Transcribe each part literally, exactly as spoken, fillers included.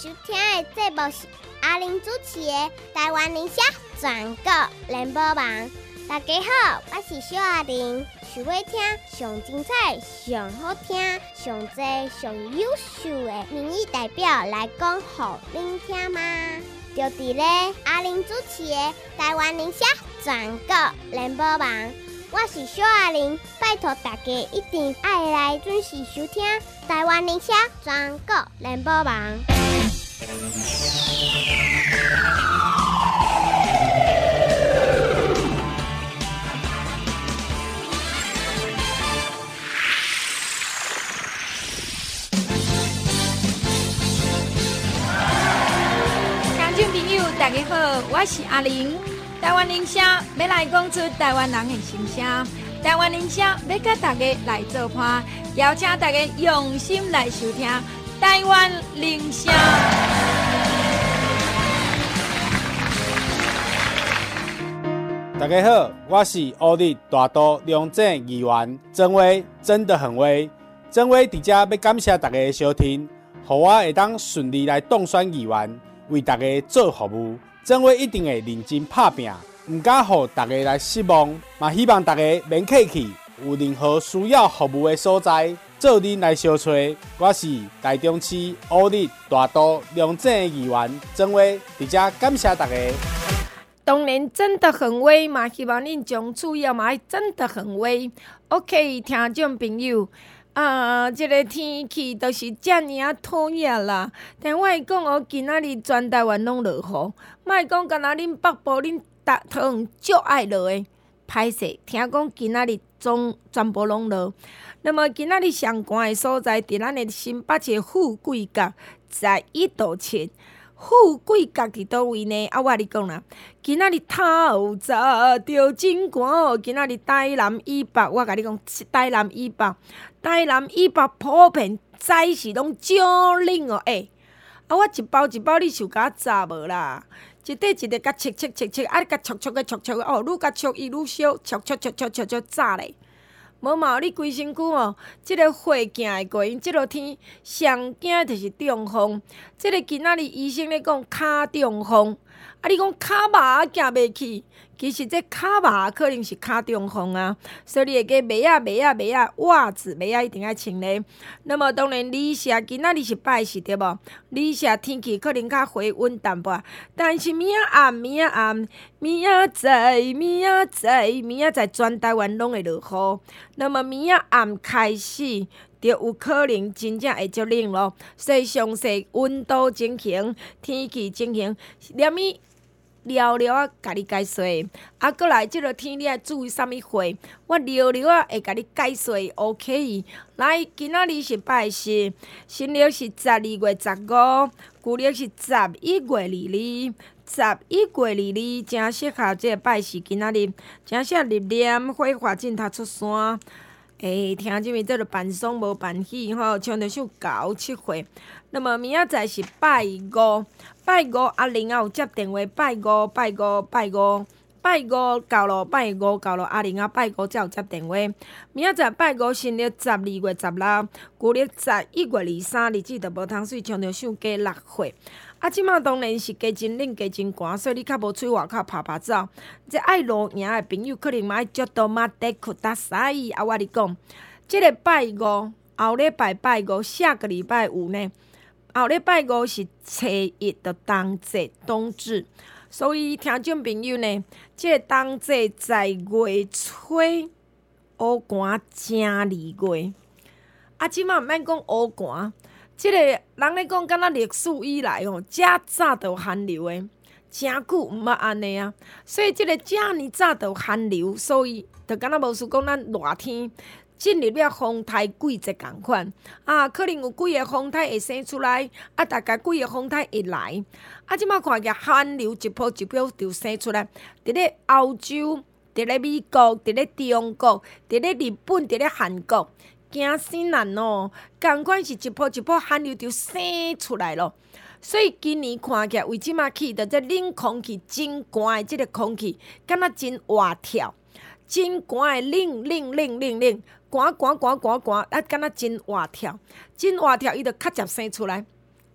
收听的节目是阿玲主持的《台湾人社全国联播网》。大家好，我是小阿玲。想要听上精彩、上好听、上多、上优秀的民意代表来讲给您听吗？就伫咧阿玲主持的《台湾人社全国联播网》。我是小阿玲，拜托大家一定爱来准时收听台湾人社全国联播网。 听众朋友，大家好，我是阿玲。台湾人社要来讲出台湾人的心声，台湾人社要甲大家来做伴，邀请大家用心来收听台湾人社。 大家好，我是乌日大都龙井议员曾威，真的很威。曾威伫遮要感谢大家的收听，让我会当顺利来当选议员，为大家做服务。曾威一定会认真打拼，唔敢让大家来失望，嘛希望大家免客气。有任何需要服务的所在，做恁来相找。我是台中市乌日大都龙井议员曾威，伫遮感谢大家。 当然真的很威嘛，希望恁将主要嘛真的很威。OK， 听众朋友。啊，即、这个天气都是遮尔啊讨厌啦！但我会讲哦，今仔日全台湾拢落雨，莫讲干那恁北部恁大汤足爱落的，歹势。听讲今仔日总全部拢落。那么今仔日上寒的所在，伫咱的新北市富贵角十一度七。富贵角伫倒位呢？啊，我甲你讲啦，今仔日透早着真寒哦。今仔日台南以北，我甲你讲，台南以北，台南以北普遍早是拢足冷哦。诶、欸，啊，我一包一包，你想甲我炸无啦？一块一块甲切切切切，啊，甲戳戳个戳戳个，哦，愈甲戳伊愈烧，戳戳戳戳戳戳炸咧。无嘛，你规身躯哦，即个火行会过，因即落天上惊就是中风。即个今仔日医生咧讲骹中风，啊，你讲骹麻行袂去，其实这骹麻可能是骹中风啊。所以你会记袜仔、袜仔、袜仔、袜子、袜仔一定要穿咧。那么当然，李社今仔日是拜四对无？李社天气可能较回温淡薄，但是明仔暗、明仔暗、明仔载、明仔载、明仔载全台湾拢会落雨。那么明仔暗开始，就有可能真正会足冷咯。所以详细温度情形、天气情形，连咪聊聊啊，甲你解说。啊，过来即落天你爱注意啥物货？我聊聊啊，会甲你解说 OK。来，今仔日是拜四，新历是十二月十五，旧历是十一月二二。十一月二二真适合即个拜四，今仔日真适合入念火花镜头出山。诶、欸，听即面做着办丧无办喜吼，唱着首九七岁。那么明仔载是拜五，拜五阿玲也有接电话，拜五拜五拜五拜五到咯，拜五到咯，阿玲啊拜五才有接电话。明仔载拜五新历十二月十六，旧历十一月二三，日子就无通水，唱着首加六岁。啊，即马当然是加真冷、加真寒，所以你较无出外口拍拍走。这爱露营的朋友可能嘛爱着多马地裤搭西。啊，我你讲，即、这个拜五后礼拜拜五，下个礼拜五呢，后礼拜五是初一的冬节冬至，所以听众朋友呢，即、这个冬节十月初，乌寒正离月。啊，即马毋免讲乌寒。即、这个人咧讲，敢若历史以来吼，遮早就寒流诶，真久毋捌安尼啊。所以即个遮尔早就寒流，所以就敢若无事讲咱热天进入了风台季节共款啊，可能有几个风台会生出来，啊，大概几个风台会来。啊，即马看见寒流一波一波就生出来，伫咧欧洲，伫咧美国，伫咧中国，伫咧日本，伫咧韩国。惊死人哦！共款是一波一波寒流就生出来咯。所以今年看起来，为即马起，着这冷空气真寒的即个空气，敢若真活跳，真寒的冷冷冷冷冷，寒寒寒寒寒，啊，敢若真活跳，真活跳，伊就较接生出来。啊，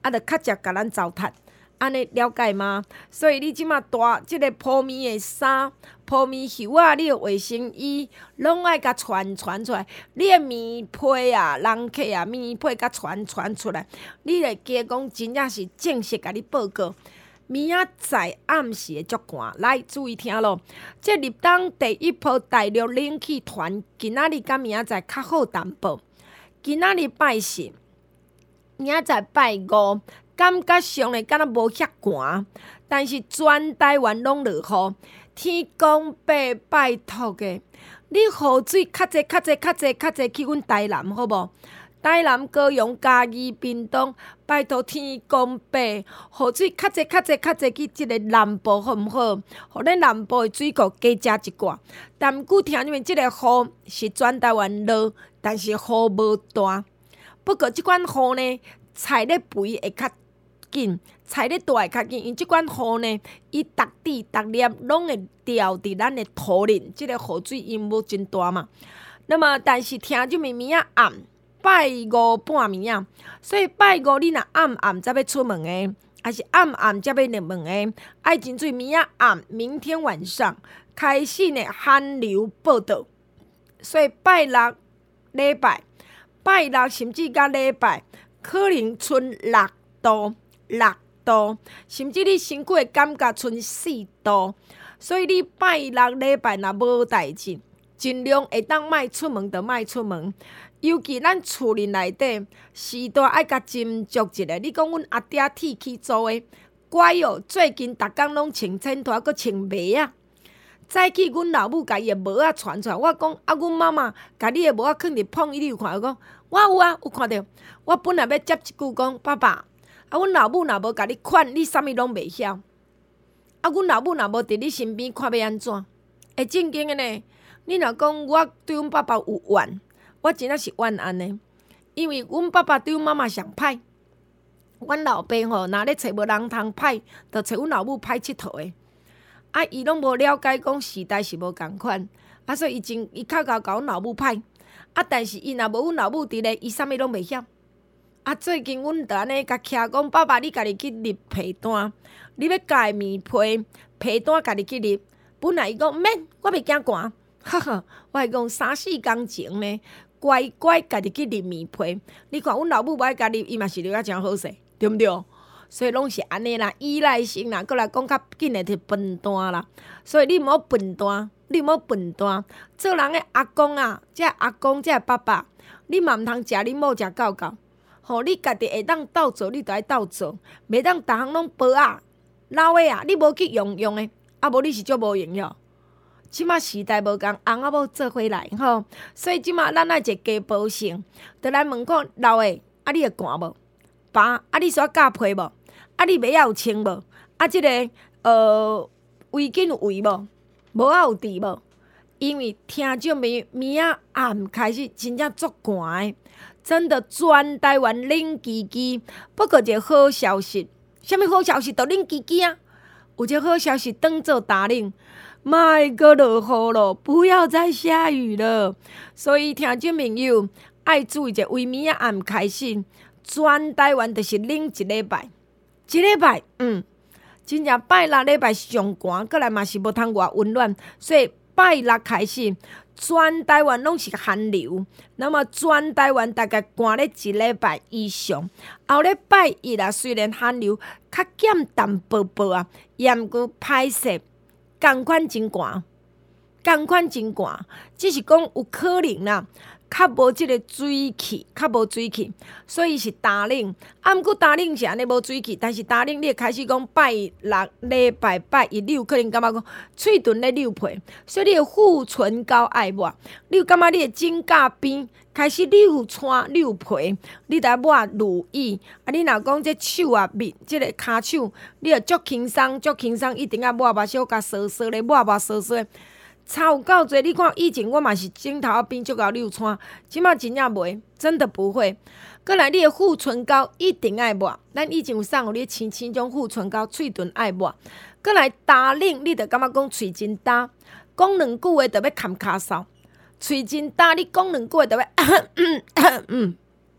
啊，着较食甲咱糟蹋。安尼了解吗？所以你即马大即个铺面的衫、铺面袖啊，你的卫生衣，拢爱甲传传出来。你的棉被啊、人客啊，棉被甲传传出来。你会记讲真正是正式甲你报告。明仔载暗时会足寒，来注意听咯。这入冬第一波大陆冷气团，今仔日甲明仔载较好淡薄。今仔日拜四，明仔载拜五。感觉上咧，敢若无遐寒，但是全台湾拢落雨，天公伯拜托的，你雨水较济、较济、较济、较济去阮台南好无？台南、高雄、嘉义、屏东，拜托天公伯，雨水较济、较济、较济去即个南部好毋好？互咱南部的水库加食一寡。但毋过听你们即个雨是全台湾落，但是雨无大。不过即款雨呢，菜咧肥会较紧，菜咧大会较紧，因即款雨呢，伊逐滴逐粒拢会掉伫咱的土里，即、这个雨水因无真大嘛。那么，但是听就明明仔暗拜五半暝啊，所以拜五你若暗暗才要出门诶，还是暗暗才要入门诶，爱真水明仔暗，明天晚上开始呢寒流报道，所以拜六礼拜、拜六甚至甲礼拜，可能剩六度。六度，甚至你身躯会感觉剩四度，所以你拜六礼拜若无代志，尽量会当莫出门就莫出门。尤其咱厝里内底时代爱甲斟酌一下。你讲阮阿爹铁去做诶，乖哦，最近逐工拢穿衬拖，阁穿袜啊。早起阮老母家伊诶帽仔传出来，我讲啊，阮妈妈家你诶帽仔囥伫捧伊，你有看有讲？我有啊，有看着。我本来要接一句讲，爸爸。啊，阮老母若无甲你款，你啥物拢袂晓。啊，阮老母若无伫你身边，看要安怎？会正经诶呢？你若讲我对阮爸爸有怨，我真正是怨安尼，因为阮爸爸对阮妈妈上歹。阮老爸吼，若咧找无人通歹，就找阮老母歹佚佗诶。啊，伊拢无了解讲时代是无共款，啊，所以伊真伊靠靠甲阮老母歹。啊，但是伊若无阮老母伫咧，伊啥物拢袂晓。啊，最近阮著安尼甲徛讲，爸爸，你家己去入被单，你要家棉被被单家己去入。本来伊讲免，我袂惊寒，哈哈，我会讲三四工前呢，乖乖家己去入棉被。你看阮老母无爱家己，伊嘛是入啊真好势，对毋对？所以拢是安尼啦，依赖性啦，过来讲较紧诶，摕笨蛋啦。所以你毋好笨蛋，你毋好笨蛋。做人诶阿公啊，即阿公即爸爸，你嘛毋通食你某食狗狗。吼，你家己会当斗做，你著爱斗做，袂当逐项拢保啊。老诶啊，你无去用用诶，啊无你是足无用哟。即马时代无共，翁仔某做回来吼，所以即马咱爱一个加保性，著来问看老诶，啊你会寒无？爸，啊你煞加被无？啊你袜仔有穿无？啊即、這个呃围巾有围无？帽仔有戴无？因为听众朋友明仔暗开始真正足寒诶。真的全台湾冷叽叽，不过一个好消息，啥物好消息？就冷叽叽啊！有一个好消息，当做打冷，莫阁落雨了，不要再下雨了。所以听众朋友爱注意者，为明仔暗开始，全台湾就是冷一礼拜，一礼拜，嗯，真正拜六礼拜上寒，过来嘛是无通偌温暖，所以拜六开始。全台湾拢是寒流，那么全台湾大概寒咧一礼拜以上。后礼拜一啊，虽然寒流较减淡薄薄啊，也毋过歹势，共款真寒，共款真寒，只是讲有可能啦，较无即个水气，较无水气，所以是打冷。啊，毋过打冷是安尼无水气，但是打冷你会开始讲拜六礼拜拜一，你有可能感觉讲喙唇咧流皮，所以你的护唇膏爱抹，你有感觉你的指甲边开始流汗流皮，你得抹乳液。啊，你若讲这手啊面，即、這个骹手，你着足轻松，足轻松，一定要抹目小甲扫扫咧，抹目扫扫咧。差有够侪，你看以前我嘛是镜头边足够流汗，即马真正袂，真的不会。过来，你的护唇膏一定爱抹，咱以前有送互你青青种护唇膏，喙唇爱抹。过来打冷，你着感觉讲喙真干，讲两句话着要咳咳嗽，喙真干，你讲两句话着要嗯，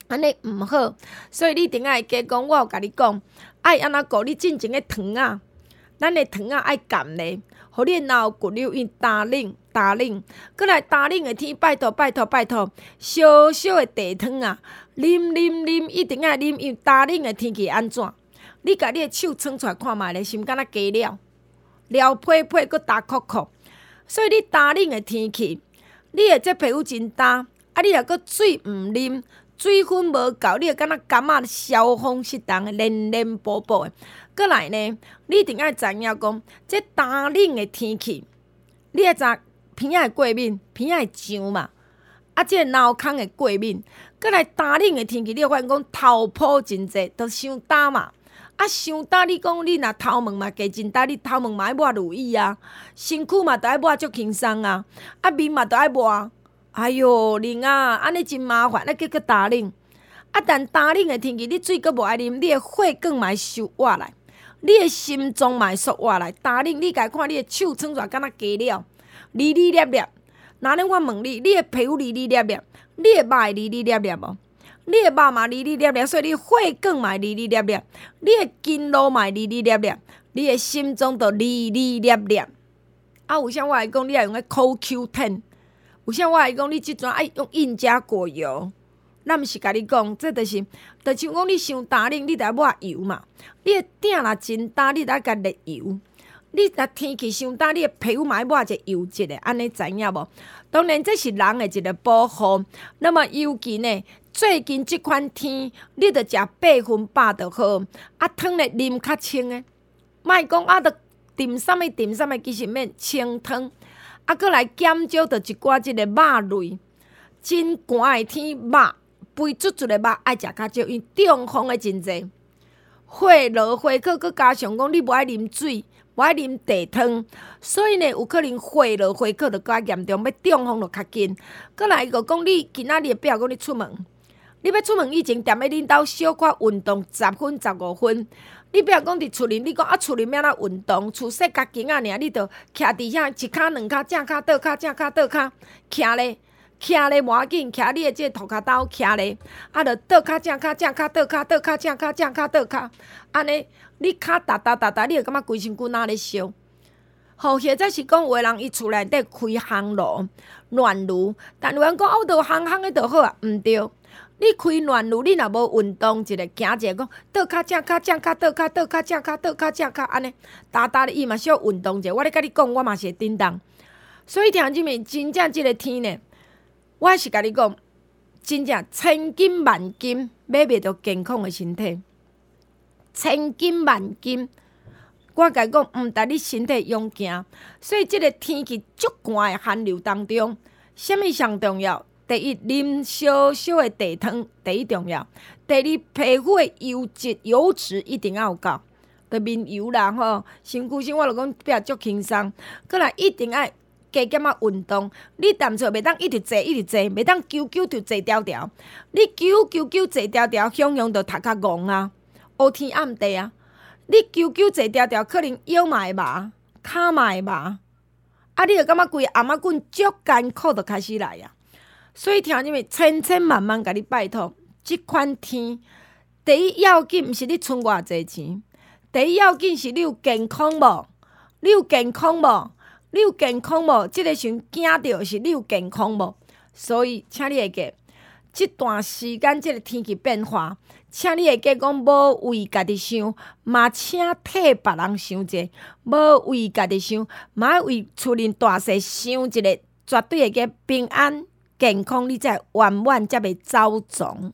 安尼毋好。所以你顶下会加讲，我有甲你讲，爱安怎顾你进前的糖啊，咱的糖啊爱含咧，互你脑有骨溜因打冷打冷，过来打冷的天，拜托拜托拜托，小小的茶汤啊，啉啉啉，一定爱啉，因为打冷的天气安怎？你甲你的手撑出来看觅咧，是毋敢若加了，了皮皮佫打壳壳。所以你打冷的天气，你的这皮肤真干，啊，你若佫水毋啉，水分无够，你会敢若感仔消风失当的，黏黏薄薄的。过来呢，你一定爱知影讲，这打冷的天气，你会知鼻仔会过敏，鼻仔会痒嘛，啊，这个脑孔会过敏。过来打冷的天气，你会发现讲头泡真济，都伤干嘛。啊，伤大你讲，你若头毛嘛加真大，你头毛嘛爱抹乳液啊，身躯嘛都爱抹足轻松啊，啊面嘛都爱抹。哎哟，玲啊，安尼真麻烦，啊结果打冷。啊，但打冷的天气，你水阁无爱啉，你的血管嘛会收活来，你的心脏嘛会缩活来。打冷，你家看你的手撑出来，敢若加了，哩哩粒粒。那呢，我问你，你的皮肤哩哩粒粒，你的肉会哩哩粒粒无？你的肉嘛哩哩粒粒，所以你血管嘛哩哩粒粒，你的筋络嘛哩哩粒粒，你的心脏都哩哩粒粒。啊，有啥我会讲，你爱用个 C O Q 十，有啥我会讲，你即阵爱用印加果油。咱毋是甲你讲，这就是，就像讲你伤打冷，你得抹油嘛。你的顶若真干，你得甲热油。你若天气伤干，你的皮肤嘛爱抹一油质的，安尼知影无？当然，这是人的一个保护。那么尤其呢？最近即款天，你着食八分饱就好，啊汤咧啉较清诶，莫讲啊，着炖啥物炖啥物，其实免清汤，啊，搁来减少着一寡即个肉类。真寒诶天，肉肥足足诶肉爱食较少，因为中风诶真济，血落血可，搁加上讲你无爱啉水，无爱啉茶汤，所以呢，有可能血落血可着较严重，要中风着较紧。搁来个讲你今仔日比如讲你出门。你要出门以前，踮咧恁兜小可运动十分、十五分。你比如讲伫厝里，你讲啊，厝里要哪运动？厝细家己啊尔，你着徛伫遐一骹两骹，正骹倒骹，正骹倒骹，徛咧，徛咧无要紧，徛你的这个涂骹兜徛咧，啊，着倒骹正骹，正骹倒骹，倒骹正骹，正骹倒骹，安尼你骹踏踏踏踏，你会感觉规身躯哪咧烧？吼，现在是讲有个人伊厝内底开烘炉、暖炉，但有人讲啊，我着烘烘的就好啊，毋对。你开暖炉，你若无运动一个，行一个，讲倒骹正骹正骹倒骹倒骹正骹倒骹正骹安尼，踏踏的伊嘛需要运动者。我咧甲你讲，我嘛是会叮当。所以听姊妹，真正即个天呢，我是甲你讲，真正千金万金买袂着健康的身体，千金万金。我甲你讲，毋但你身体勇行。所以即个天气足寒的寒流当中，啥物上重要？第一，啉小小的茶汤，第一重要。第二，皮肤的油质油脂一定要有够，着面油啦吼，身躯身我著讲比较足轻松。过来一定爱加减仔运动，你淡薄袂当一直坐一直坐，袂当久久就坐条条。你久久久坐条条，向向着头壳戆啊，乌天暗地啊。你久久坐条条，可能腰嘛会麻，骹嘛会麻，啊，你著感觉规个颔仔棍足艰苦，就开始来啊。所以听你们千千万万甲你拜托，即款天，第一要紧毋是你存偌济钱，第一要紧是你有健康无？你有健康无？你有健康无？即、这个时阵惊着是你有健康无？所以请你会记，即段时间即个天气变化，请你会记讲，无为家己想，嘛请替别人想者，无为家己想，嘛爱为厝里大细想一个，绝对会记平安。健康，你才圆满，才袂走总。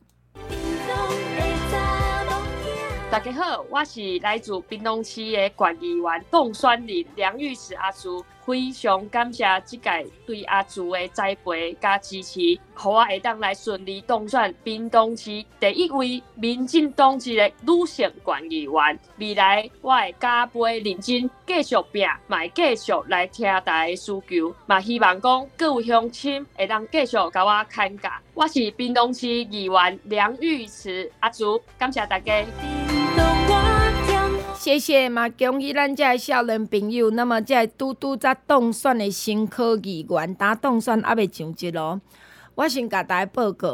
大家好，我是来自屏东市的县议员董选林梁玉慈阿叔，非常感谢这届对阿叔的栽培加支持，让我会当来顺利当选屏东市第一位民进党籍的女性县议员。未来我会加倍认真，继续拼，嘛会继续来听大家的需求，嘛希望讲各位乡亲会当继续甲我看价。我是屏东市议员梁玉慈阿叔，感谢大家。 谢谢嘛，恭喜咱这少年朋友。那么这拄拄才当选的新科议员，打当选还未上职咯。我先甲大家报告，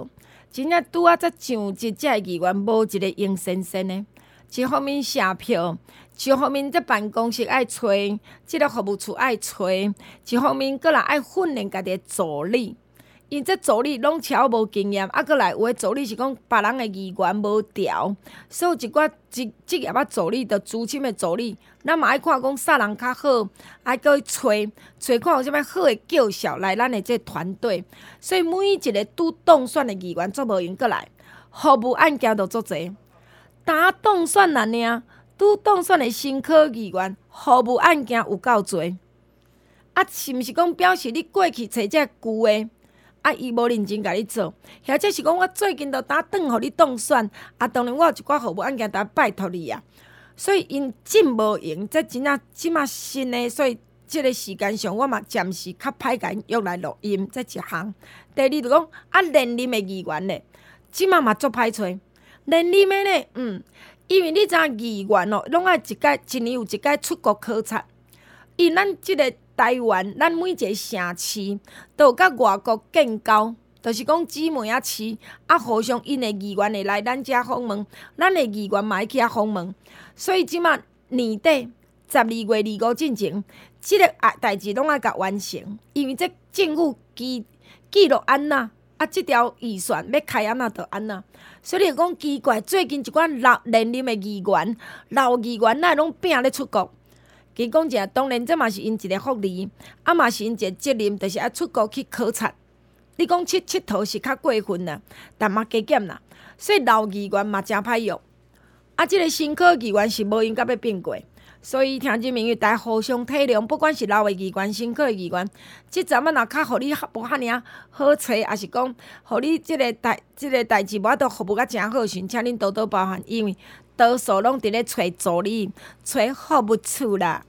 真正拄啊才上一只议员无一个硬生生的，一方面写票，一方面这办公室爱找，即个服务处爱找，一方面搁来爱训练家己的助理。因这助理拢超无经验，啊，搁来有诶助理是讲别人诶议员无调，所以有一寡职职业啊助理，着资深诶助理，咱嘛爱看讲啥人较好，爱搁去找找看有啥物好诶叫嚣来咱诶这团队。所以每一个拄当选诶议员做无用，搁来服务案件着足侪。打当选啦尔，拄当选诶新科议员服务案件有够侪。啊，是毋是讲表示你过去找这旧诶？啊，伊无认真甲你做，或者是讲我最近着打转互你当选，啊，当然我有一寡服务案件，打拜托你啊。所以因真无用，这真正即马新诶，所以即个时间上我嘛暂时较歹甲因约来录音，这一项。第二就讲啊，连任诶议员咧，即马嘛足歹找。连任诶咧，嗯，因为你知影议员哦，拢爱一届一年有一届出国考察，因咱即个。台湾，咱每一个城市都有甲外国建交，就是讲姊妹啊市啊，互相因的议员会来咱遮访问，咱的议员嘛会去遐访问。所以即马年底十二月二五进前，即、这个啊代志拢爱甲完成，因为这政府记记录安那，啊，即条预算要开安那就安那。所以讲奇怪，最近一寡老连任的议员、老议员哪拢拼咧出国。其讲一下，当然这嘛是因一个福利，啊嘛是因一个责任，就是爱出国去考察。你讲佚佚佗是较过分啦，但嘛加减啦。所以老议员嘛真歹用，啊，即、这个新科议员是无用甲要变过。所以听众朋友，大家互相体谅，不管是老的议员、新科的议员，即阵仔若较互你无遐尔好找，也是讲互你即个代即、这个代志无法度服务甲真好时，请恁多多包涵，因为多数拢伫咧找助理、找服务处啦。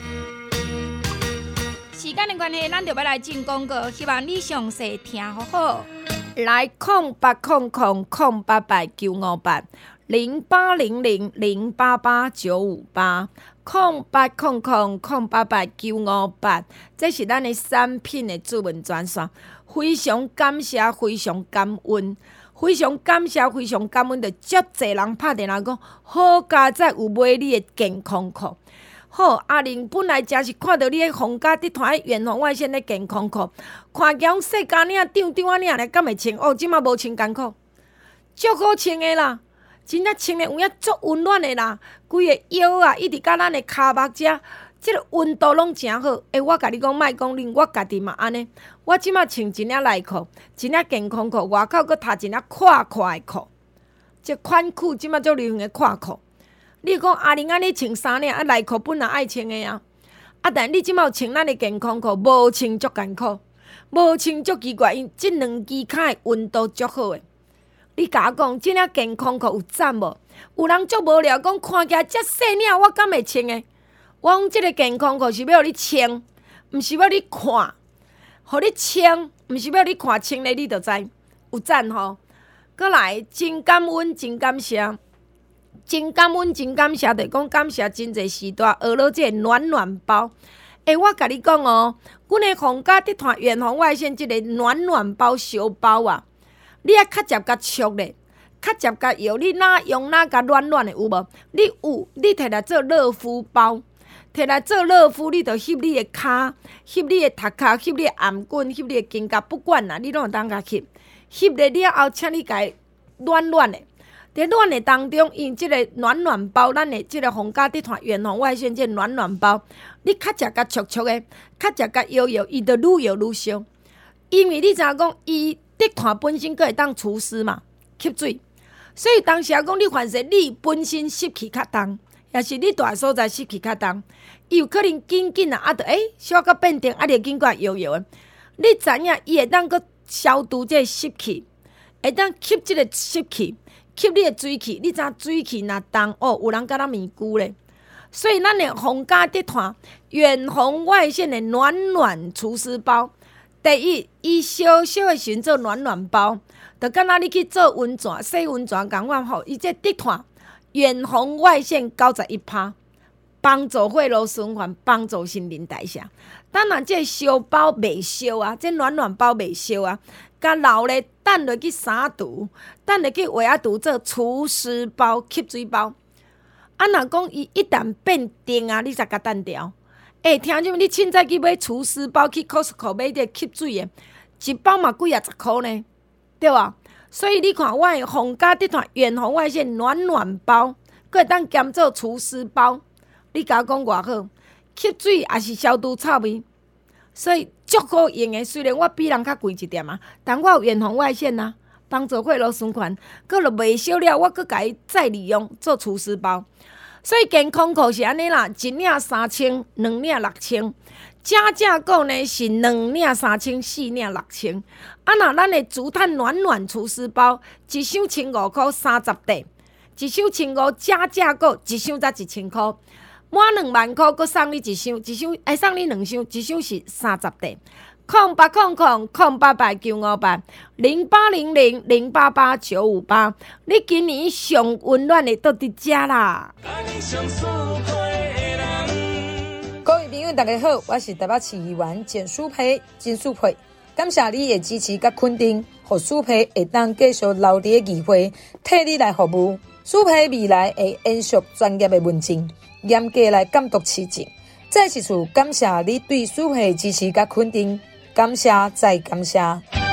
时间的关系，咱就要来进广告，希望你详细听好好。来，空八空空空八八九五八零八零零零八八九五八空八空空空八八九五八，这是咱的产品的主文专线。非常感谢，非常感恩，非常感谢，非常感恩，就足侪人拍电话讲，好佳哉有买你的健康裤。好，阿玲本来真是看到你迄皇家集团迄远红外线的健康裤，看起来细家领长长啊领咧，敢会穿？哦，即马无穿艰苦，足好穿的啦，真正穿的有影足温暖的啦，规个腰啊，一直到咱的骹目遮，即个温度拢真好。诶，我甲你讲，莫讲恁，我家己嘛安尼。我即马穿一领内裤，一领健康裤，外口佫搭一领垮垮的裤，即款裤即马足流行的垮裤。你讲阿玲安尼穿衫领啊，内裤本来爱穿的啊，啊，但你即马有穿咱的健康裤，无穿足艰苦，无穿足奇怪，因即两支骹的温度足好的。你甲我讲，即领健康裤有赞无？有人足无聊，讲看起来遮细领，我敢会穿的？我讲即个健康裤是要互你穿，毋是要你看，互你穿，毋是要你看穿咧，你就知有赞吼。过来，真感恩，真感谢。真感恩，真感谢，就讲感谢真侪时代学了这个暖暖包。诶，我甲你讲哦，阮的皇家集团远红外线这个暖暖包小包啊，你爱较接甲俗咧，较接甲摇，你哪用哪甲暖暖的有无？你有，你摕来做热敷包，摕来做热敷，你着翕你的骹，翕你的头壳，翕你的颔棍，翕你的肩胛，不管啦，你拢有当甲翕。翕了了后，请你家暖暖的。在暖的当中，用即个暖暖包，咱的即个皇家集团远红外线这暖暖包，你较食甲促促的，较食甲摇摇，伊就愈摇愈烧。因为你知影讲，伊集团本身佫会当除湿嘛，吸水，所以当时啊讲，你凡是你本身湿气较重，也是你住的所在湿气较重，伊有可能紧紧啊，啊着诶，小可变定，啊着紧过摇摇的。你知影，伊会当佫消毒这湿气，会当吸即个湿气。吸你的水气，你知影水气若重哦，有人甲咱面具咧。所以咱的皇家集团远红外线的暖暖除湿包，第一，伊小小的时阵做暖暖包，就敢若你去做温泉、洗温泉共款吼。伊这集团远红外线九十一趴，帮助血路循环，帮助新陈代谢。当然，这烧包袂烧啊，这暖暖包袂烧啊。 甲老咧等落去三除，等落去画啊除做除湿包、吸水包。啊，若讲伊一旦变定啊，你才甲等掉。诶、欸，听什么？你凊彩去买除湿包，去 Costco 买这吸水的，一包嘛几啊十箍呢，对吧？所以你看，我的皇家集团远红外线暖暖包，佫会当兼做除湿包。你甲我讲偌好，吸水也是消毒臭味，所以足好用的。虽然我比人较贵一点啊，但我有远红外线啊，帮助血路循环，佫就袂烧了，我佫甲伊再利用做除湿包。所以健康裤是安尼啦，一领三千，两领六千。正正购呢是两领三千，四领六千。啊，若咱的竹炭暖暖除湿包，一箱千五箍，三十块；一箱千五，正正购一箱才一千箍。满两万箍，佮送你一箱，一箱会送你两箱，一箱是三十块。空八空空空八八九五八零八零零零八八九五八，你今年上温暖的都伫遮啦。 各位朋友，大家好，我是台北市议员简淑培，金淑培。感谢你的支持甲肯定，让淑培会当继续留伫议会，替你来服务。淑培未来会延续专业的文证，严格来监督市政。再一次感谢你对淑培的支持甲肯定。感谢再感谢，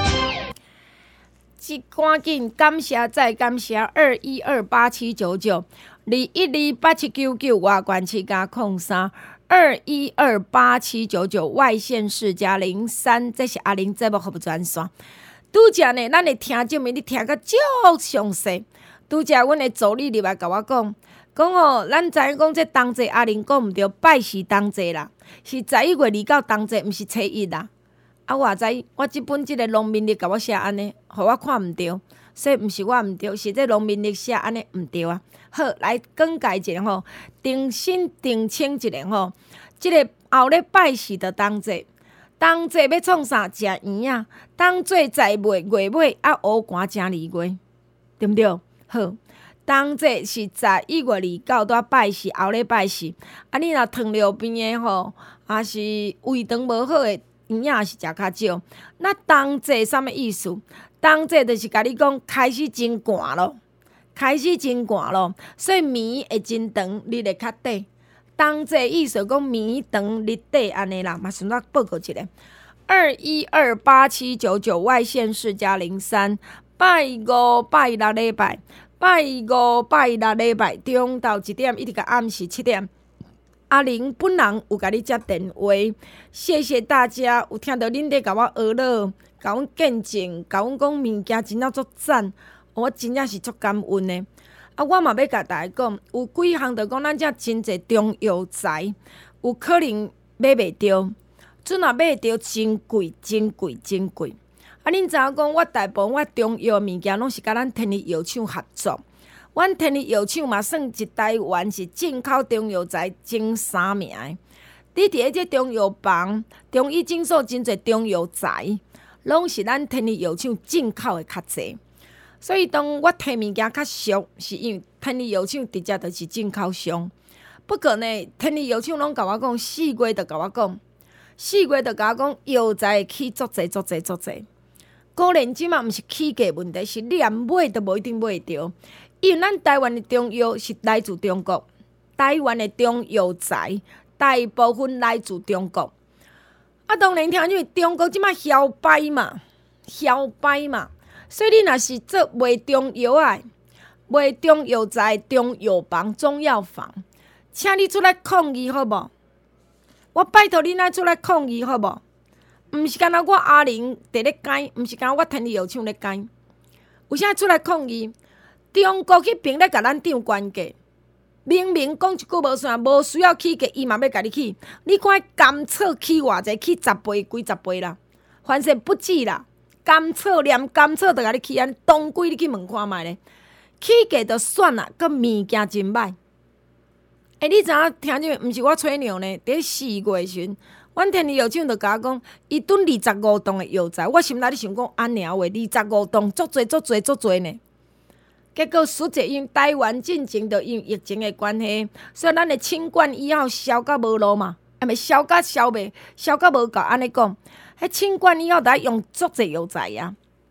即赶紧感谢再感谢二一二八七九九二一二八七九九外关七加空三二一二八七九九外县市加零三，这是阿玲节目服务专线。拄则呢，咱的听众们你听个足详细。拄则阮的助理入来甲我讲，讲哦，咱知影讲这冬节阿玲讲毋对，拜是冬节啦，是十一月二到冬节，毋是初一啦。啊，我也知，我即本即个农民历甲我写安尼，互我看毋对，所以毋是我毋对，是这农民历写安尼毋对啊。好，来更改一下吼，定新定清一下吼。即、这个后咧拜祀的冬节，冬节要创啥？食圆啊，冬节在月月尾啊，乌寒正二月，对毋对？好，冬节是十一月二九拄拜祀，后咧拜祀。啊，你若糖尿病的吼，还是胃肠无好的。营养是食较少，那冬节啥物意思？冬节就是甲你讲开始真寒咯，开始真寒咯，所以暝会真长，日会较短。冬节意思讲暝长日短安尼啦，嘛顺便报告一下。二一二八七九九外县市加零三，拜五拜六礼拜，拜五拜六礼拜中昼一点一直到暗时七点。阿玲本人有甲你接电话，谢谢大家有听到恁在甲我学乐，甲阮见证，甲阮讲物件真正足赞，我真正是足感恩的。啊，我嘛要甲大家讲，有几项着讲咱遮真侪中药材，有可能买袂着，阵若买着真贵、真贵、真贵。啊，恁知影讲，我大部分我中药物件拢是甲咱天利药厂合作。阮天利药厂嘛算一台湾是进口中药材前三名的。伫伫这中药房、中医诊所真侪中药材，拢是咱天利药厂进口的较济。所以当我摕物件较俗，是因为天利药厂直接就是进口商。不过呢，天利药厂拢甲我讲，四月就甲我讲，四月就甲我讲，药材起足济、足济、足济。果然即嘛毋是起价问题，是你连买都无一定买着。因为咱台湾的中药是来自中国，台湾的中药材大部分来自中国。啊，当然听因为中国即马嚣摆嘛，嚣摆嘛，所以你若是做卖中药啊，卖中药材、中药房、中药房，请你出来抗议好无？我拜托你来出来抗议好无？毋是干那我阿玲伫咧改，毋是干我天利药厂咧改，有啥出来抗议？中国去评咧，甲咱涨关价，明明讲一句无算，无需要起价，伊嘛要甲你起。你看甘草起偌济，起十倍、几十倍啦，反正不止啦。甘草连甘草都甲你起安，当归你去问看觅咧，起价就算啦，佮物件真歹。欸，你知影听着，毋是我吹牛呢？伫四月时，阮天利药厂就甲我讲，伊囤二十五栋的药材，我心内咧想讲安尔话，二十五栋足侪足侪足侪呢。结果实际因台湾进前就因疫情的关系，所以咱的清冠医药销到无路嘛，啊，咪销到销袂，销到无够。安尼讲，迄清冠医药得用足侪药材啊，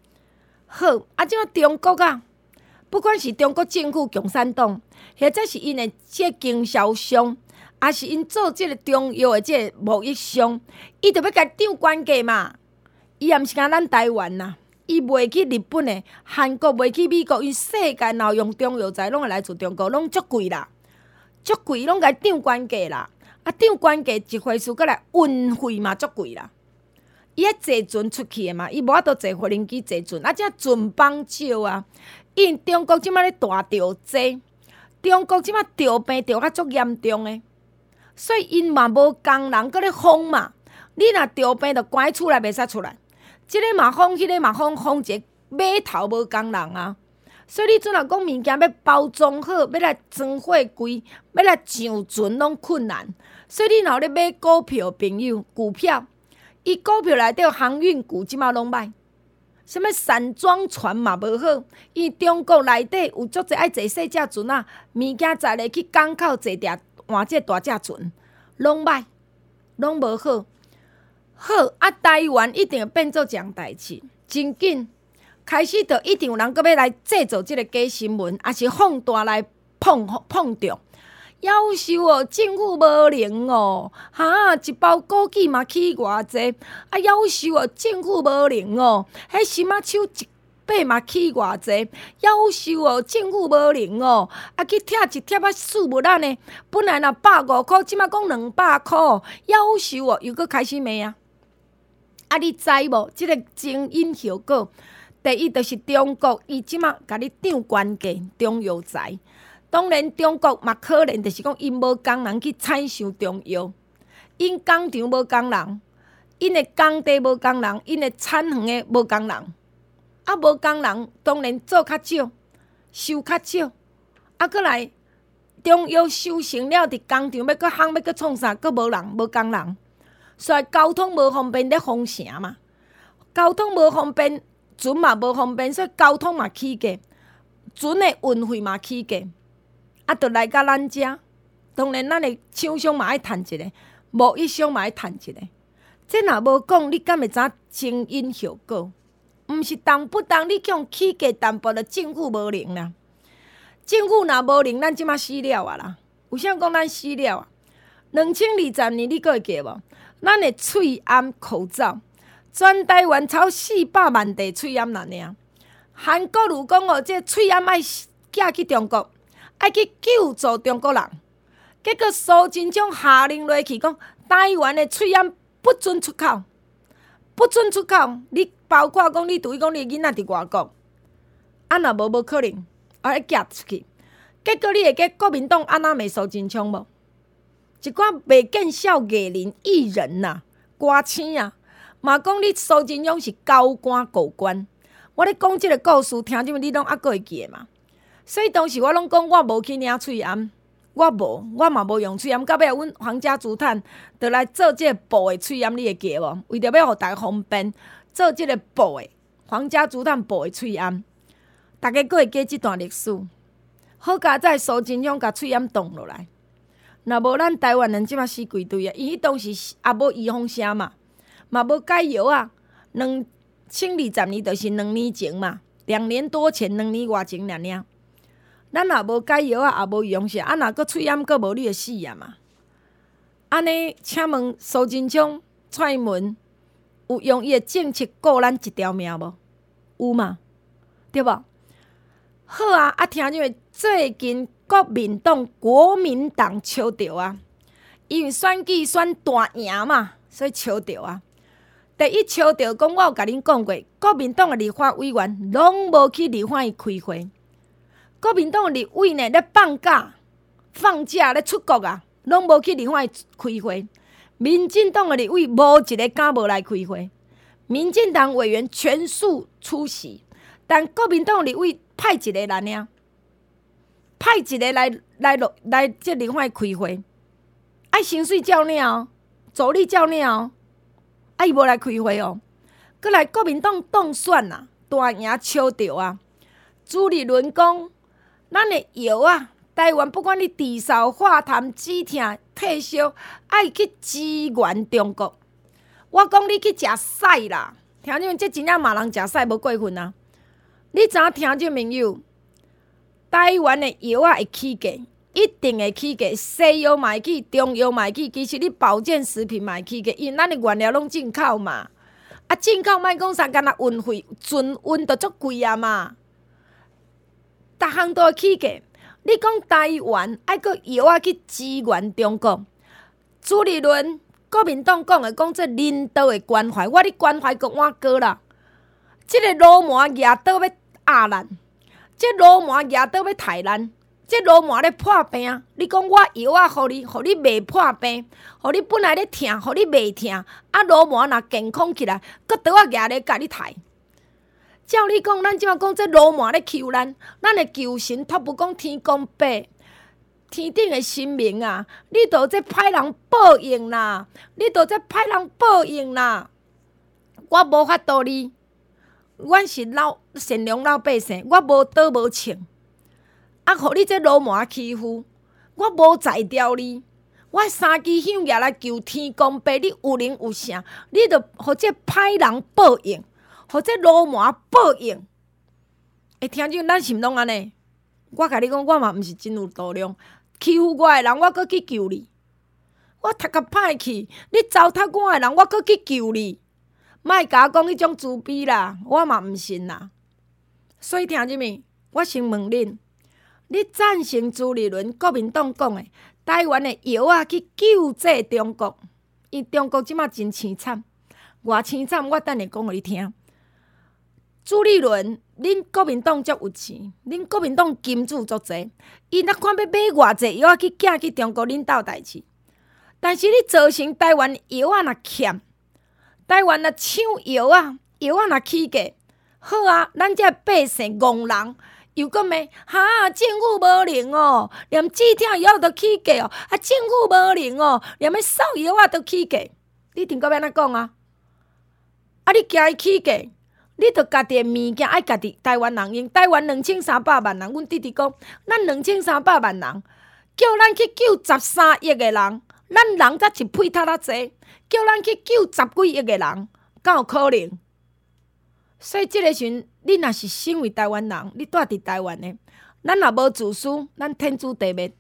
好，啊，即摆中国啊，不管是中国政府共产党，或者是因的即经销商，也是因做即个中药的即个贸易商，伊着要甲涨关价嘛。伊也毋是讲咱台湾呐，伊卖去日本的、韩国卖去美国，因世界若用中药材，拢会来自中国，拢足贵啦，足贵，拢甲涨关价啦。啊，涨关价一回事，过来运费嘛足贵啦。伊爱坐船出去的嘛，伊无法度坐无人机坐船，啊，遮船帮少啊。因中国即摆咧大钓济，中国即摆钓病钓较足严重的，所以因嘛无工人搁咧封嘛。你若钓病，着关厝内袂使出来。即个嘛封，迄个嘛封，封一个码头无工人啊。所以你阵若讲物件要包装好，要来装货柜，要来上船拢困难。所以你若咧买股票，朋友，股票，伊股票内底航运股即马拢歹，什么散装船嘛无好，因为中国内底有足侪爱坐细只船啊，物件载咧去港口坐嗲换这大只船，拢歹，拢无好。好啊，台湾一定会变做这样代志，真紧。开始就一定有人搁要来制造即个假新闻，也是放大来碰碰着。夭寿哦，政府无能哦，哈，一包枸杞嘛起偌济，啊，夭寿哦，政府无能哦，迄心仔手一把嘛起偌济，夭寿哦，政府无能哦，啊，去拆一贴啊四物咱呢，本来若百五箍，即马讲两百箍，夭寿哦，又搁开始骂啊！啊，你知无？即、这个前因后果。第一就是中国，伊即马甲你涨关价，中药材。当然，中国嘛可能就是讲，因无工人去采收中药，因工厂无工人，因的工地无工人，因的产园的无工人，啊无工人，当然做较少，收较少，啊，搁来中药收成了，伫工厂要搁烘要搁创啥，搁无人无工人，所以交通无方便，咧封城嘛，交通无方便。船嘛无方便，所以交通嘛起价，船的运费嘛起价，啊，就来甲咱遮。当然，咱的厂商嘛爱趁一个，贸易商嘛爱趁一个。这若无讲，你敢会知前因后果？毋是动不动你讲起价淡薄，就政府无能啦。政府若无能，咱即马死了啊啦！有啥讲咱死了啊？两千二十年你搁会记无？咱的喙安口罩。全台湾超四百万地喙炎啦尔，韩国如讲哦，这喙炎爱寄去中国，爱去救助中国人。结果苏贞昌下令落去讲，台湾的喙炎不准出口，不准出口。你包括讲，你除非讲你囡仔伫外国，啊若无无可能，啊寄出去。结果你会记国民党安那骂苏贞昌无？一寡未见效艺人艺人呐、啊，歌星啊。嘛讲你苏贞昌是高官高官，我咧讲即个故事，听即么你拢还佫会记诶嘛？所以当时我拢讲我无去领喙炎，我无，我嘛无用喙炎。到尾阮皇家竹炭就来做即个布诶喙炎，你会记无？为着要互大家方便做即个布诶皇家竹炭布诶喙炎，大家佫会记即段历史。好佳在苏贞昌甲喙炎冻落来，若无咱台湾人即马死规堆啊！伊迄当时也无预防针嘛。嘛无解药啊！两千二十年就是两年前嘛，两年多前，两年外前尔尔。咱也无解药啊，也无用啥，啊，若佫喙炎佫无你就死啊嘛！安尼，请问苏贞昌、蔡文有用伊的政策顾咱一条命无？有嘛？对无？好啊！啊，听见最近国民党、国民党笑着啊，因为选举选大赢嘛，所以笑着啊。第一笑着讲，我有甲恁讲过，国民党的立法委员拢无去立法院开会。国民党的立委呢，咧放假、放假咧出国啊，拢无去立法院开会。民进党的立委无一个敢无来开会。民进党委员全数出席，但国民党的立委派一个来尔，派一个来来来这立法院开会，爱薪水照领，助理照领。啊！伊无来开会哦，搁来国民党当选啊，大赢笑着啊！朱立伦讲，咱的药啊，台湾不管你低烧、化痰、止痛、退烧，爱去支援中国。我讲你去食屎啦！听你们这真正骂人食屎无过分啊！ 你知影听众朋友，台湾的药啊会起价，一定会起价，西药嘛会起，中药嘛会起，其实你保健食品嘛会起价，因为咱的原料拢进口嘛。啊，进口莫讲啥，干那运费、船运都足贵啊嘛，逐项都会起价。你讲台湾爱搁药啊去支援中国，朱立伦国民党讲的讲这领导的关怀，我咧关怀搁换过啦。即、這个罗麻牙刀要压咱，即、這個、罗麻牙刀要刣咱，即、這個、罗麻咧破病。你讲我药啊，互你，互你袂破病，互你本来咧疼，互你袂疼。啊，罗麻若健康起来，搁倒啊牙咧甲你刣。照你讲，咱即马讲这罗麻咧求咱，咱的求神托付讲天公伯，天顶的神明啊，你都这歹人报应啦，你都这歹人报应啦。我无法度你，阮是老善良老百姓，我无倒无穿，啊，互你这罗麻欺负，我无宰掉你。我三支香叶来求天公伯，你有灵有圣，你着互这歹人报应。或者罗麻报应，会听见咱是毋拢安尼？我甲你讲，我嘛毋是真有度量，欺负我的人，我搁去救你；我读甲歹去，你糟蹋我的人，我搁去救你。莫甲我讲迄种自卑啦，我嘛毋信啦。所以听见没？我先问恁：你赞成朱立伦国民党讲的台湾的药啊去救济中国？因为中国即马真凄惨，偌凄惨，我等下讲互你听。朱立伦，恁国民党足有钱，恁国民党金主足济，伊若看要买偌济药去寄去中国恁斗代志。但是你造成台湾药啊若欠，台湾若抢药啊，药啊若起价，好啊，咱这百姓戆人又讲咩？哈，政府无灵哦，连止痛药都起价哦，啊，政府无灵哦，连要扫药啊都起价，你顶个要安怎讲啊？啊，你惊伊起价？你着家己的物件爱家己台湾人用，台湾两千三百万人，阮弟弟讲，咱两千三百万人，叫咱去救十三亿的人，咱人才一屁塌仔济，叫咱去救十几亿的人，敢有可能？所以即个时阵，你若是身为台湾人，你住伫台湾的，咱若无自私，咱天诛地灭。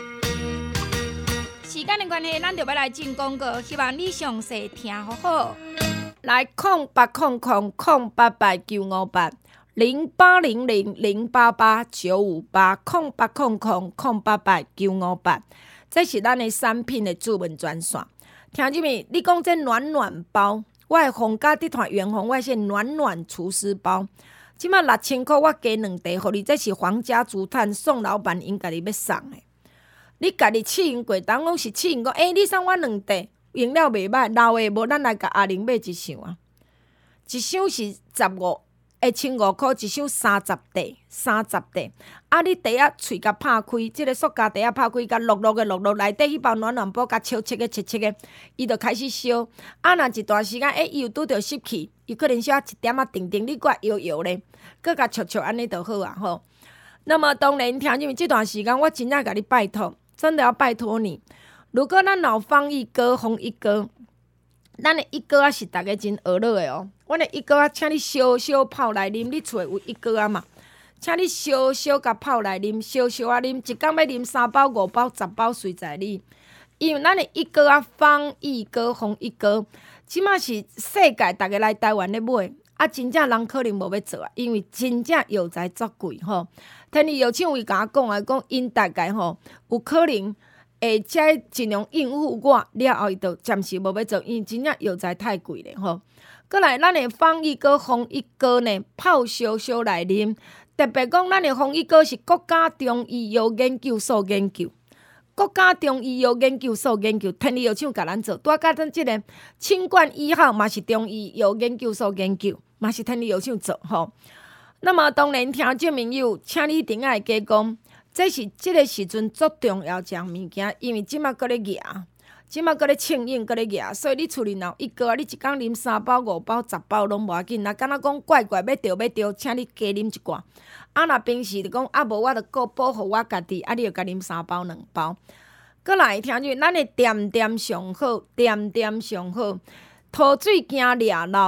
时间的关系，咱就要来进广告，希望你详细听好好。来，空八空空空八八九五八零八零零零八八九五八空八空空空八八九五八，这是咱的产品的主文专线。听见没？你讲这暖暖包，我的皇家集团元红，我是暖暖厨师包，即马六千块，我加两袋，互你。这是皇家竹炭宋老板因家己要送的。你家己试用过，当拢是试用过，诶、欸，你送我两袋。用了袂歹，老的无咱来甲阿玲买一箱啊，一箱是十五，会千五箍，一箱三十袋，三十袋。啊，你袋啊喙甲拍开，即、這个塑胶袋啊拍开，甲落落的落落，内底迄包暖暖包，甲切切个切切个，伊就开始烧。啊，若一段时间，诶、欸，伊又拄着湿气，伊可能小一点啊定定，你搁摇摇咧，搁甲戳戳安尼就好啊吼。那么当然，听因为这段时间，我真正甲你拜托，真的要拜托你。如果咱有放一哥、红一哥，咱的一哥啊是大家真学乐的哦。阮的一哥啊，请你小小泡来啉，你厝有一哥啊嘛？请你小小甲泡来啉，小小啊啉，一工要啉三包、五包、十包随在你。因为咱的一哥啊，放一哥、红一哥，即马是世界大家来台湾咧买，啊，真正人可能无要做啊，因为真正药材足贵吼。天气药厂位甲我讲啊，讲因大概吼有可能。会才尽量应付我，了后伊就暂时无要做，因为真正药材太贵了吼。过来，咱的放一哥、红一哥呢，泡烧烧来啉。特别讲，咱的红一哥是国家中医药研究所研究，国家中医药研究所研究，天气药厂甲咱做。拄甲咱即个清冠一号嘛是中医药研究所研究，嘛是天气药厂做吼。那么当然，听众朋友，请你一定要加讲。这是即个时阵足重要一项物件，因为即马搁咧热，即马搁咧庆应搁咧热，所以你厝里若一个，你一工啉三包、五包、十包拢无要紧。若敢若讲怪怪要着要着，请你加啉一寡。啊，若平时就讲啊无，我着顾保护我家己，啊，你着甲啉三包两包。搁来听住，咱的点点上好，点点上好，土水惊掠漏，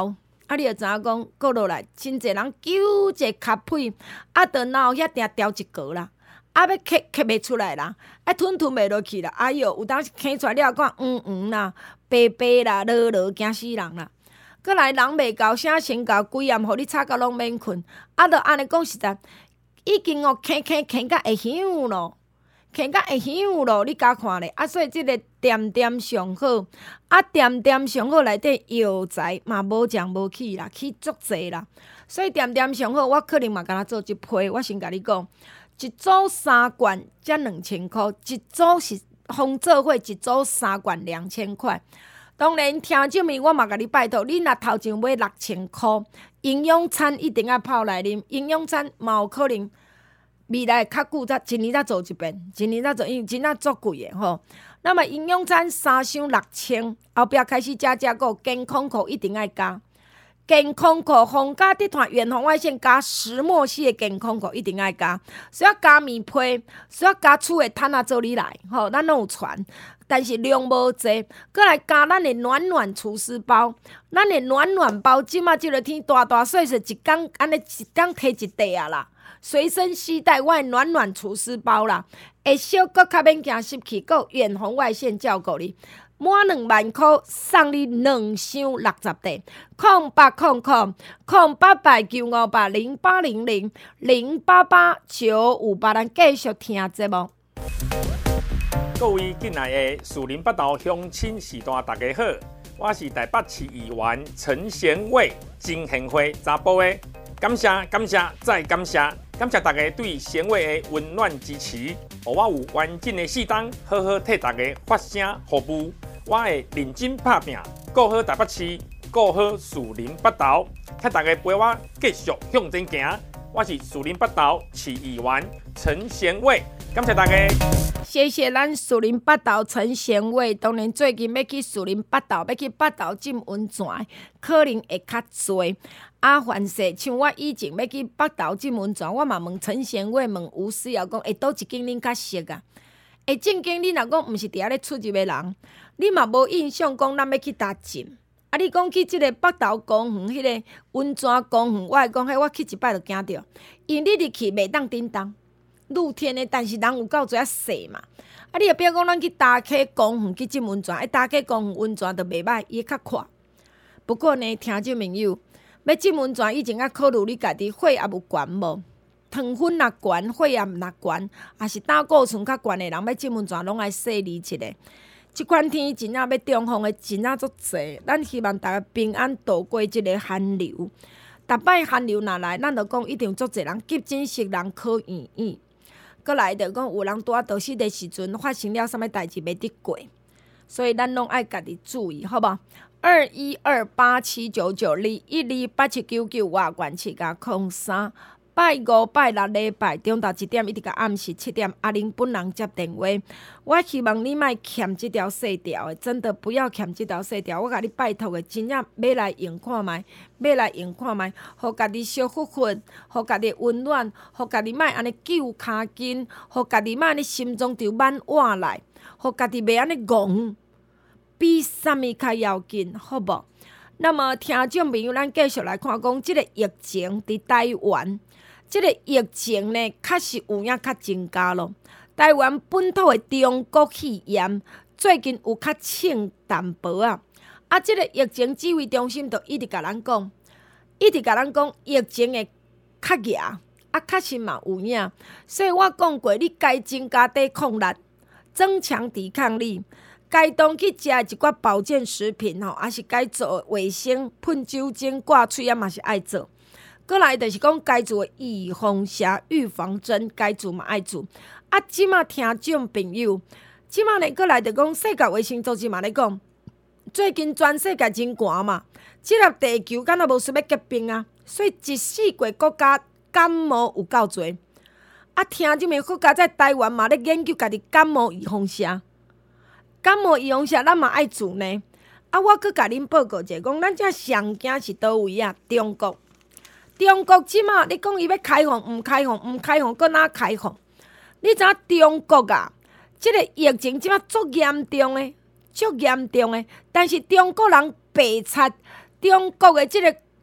啊，你就知影讲，过落来真侪人揪一脚屁，啊，就脑遐定掉一格啦，啊，要咳咳袂出来啦，啊，吞吞袂落去啦，哎哟，有当时咳出来了，看黄黄啦、白白啦、落落，惊死人啦。过来人袂够，啥先够，规暗互你吵到拢免困，啊，就安尼讲实在，已经哦咳咳咳到会响咯。咳到会响咯，你甲看咧，啊，所以即个点点上好，啊，点点上好内底药材嘛无降无起啦，起足济啦，所以点点上好，我可能嘛甲他做一批，我先甲你讲，一组三罐才两千箍，一组是烘做伙，一组三罐两千块。当然，听证明我嘛甲你拜托，你若头前买六千箍，营养餐一定要泡来啉，营养餐嘛有可能。未来较久才一年才做一遍，一年才做，因为真啊足贵的吼。那么营养餐三箱六千，后壁开始加加个健康裤一定要加，健康裤红加地团远红外线加石墨烯的健康裤一定要加，需要加棉被，需要加厝的毯仔做你来吼，咱拢有传。但是量无济，搁来加咱的暖暖厨师包，咱的暖暖包，即马即个天大大细细，一工安尼一工摕一袋啊啦。随身携带我的暖暖厨师包啦，会小搁较免惊湿气，搁远红外线照顾你。满两万块送你两箱六十袋，空八空空空八八九五八零八零零零八八九五八，咱继续听节目。 各位进来的树林北投乡亲时代大家好，我是台北市议员陈贤伟，真贤惠查甫的，感谢感谢再感谢。感谢大家对贤伟的温暖支持，让我有完整的四档，好好替大家发声服务。我会认真打拼，顾好台北市，顾好树林北投，替大家陪我继续向前行。我是树林北投市议员陈贤伟，感谢大家。 谢谢咱树林北投陈贤伟，当然最近要去树林北投，要去北投浸温泉，可能会较多。啊，凡是像我以前要去北投浸温泉，我嘛问陈贤伟，问吴思瑶讲，会倒一间恁较熟啊？会正经你若讲毋是伫遐咧出入的人，你嘛无印象讲咱要去搭浸。啊，你讲去即个北投公园，迄、那个温泉公园，我会讲，迄我去一摆就惊着，因为你入去袂当叮当。露天的，但是人有够侪细嘛。啊，你也不要讲咱去大溪公园去浸温泉，哎，大溪公园温泉就袂歹，伊较快。不过呢，听众朋友，要浸温泉以前要考虑你家己血压有悬无？糖分若悬，血压若悬，还是胆固醇较悬的人要浸温泉，拢爱细腻一下。即款天真正要中风的真正足侪，咱希望大家平安度过即个寒流。逐摆寒流若来，咱就讲一定足侪人急诊室人考医院。过来就讲有人拄啊倒死的时阵发生了啥物代志袂得过，所以咱拢爱家己注意，好无？二一二八七九九二一二八七九九外关七加空三，拜五拜六礼拜中昼一点一直到暗时七点，阿玲本人接电话。我希望你莫欠这条细条的，真的不要欠这条细条。我甲你拜托的，真正要来用看卖，要来用看卖，互家己小复活，互家己温暖，互家己莫安尼揪骹筋，互家己莫安尼心中就满换来，互家己袂安尼戆。比啥物较要紧，好无？那么听众朋友，咱继续来看讲，即个疫情伫台湾，即个疫情呢，确实有影较增加咯。台湾本土的中国肺炎最近有较轻淡薄啊。啊，即个疫情指挥中心就一直甲咱讲，一直甲咱讲疫情会较严，啊，确实嘛有影。所以我讲过，你该增加抵抗力，增强抵抗力。该当去食一寡保健食品吼，还是该做卫生、喷酒精、挂喙啊，嘛是爱做。过来就是讲该做预防针、预防针，该做嘛爱做。啊，即马听众朋友，即马呢过来就讲世界卫生组织嘛咧讲，最近全世界真寒嘛，即粒地球敢若无想要结冰啊，所以一四个国家感冒有够侪。啊，听即个国家在台湾嘛咧研究家己感冒预防针。感冒预防针咱嘛爱做呢，啊，我阁甲恁报告者讲，咱遮上惊是倒位啊？中国，中国即马你讲伊要开放，毋开放，毋开放，搁哪开放？你知影中国啊？即、這个疫情即马足严重诶，足严重诶。但是中国人白贼，中国诶即个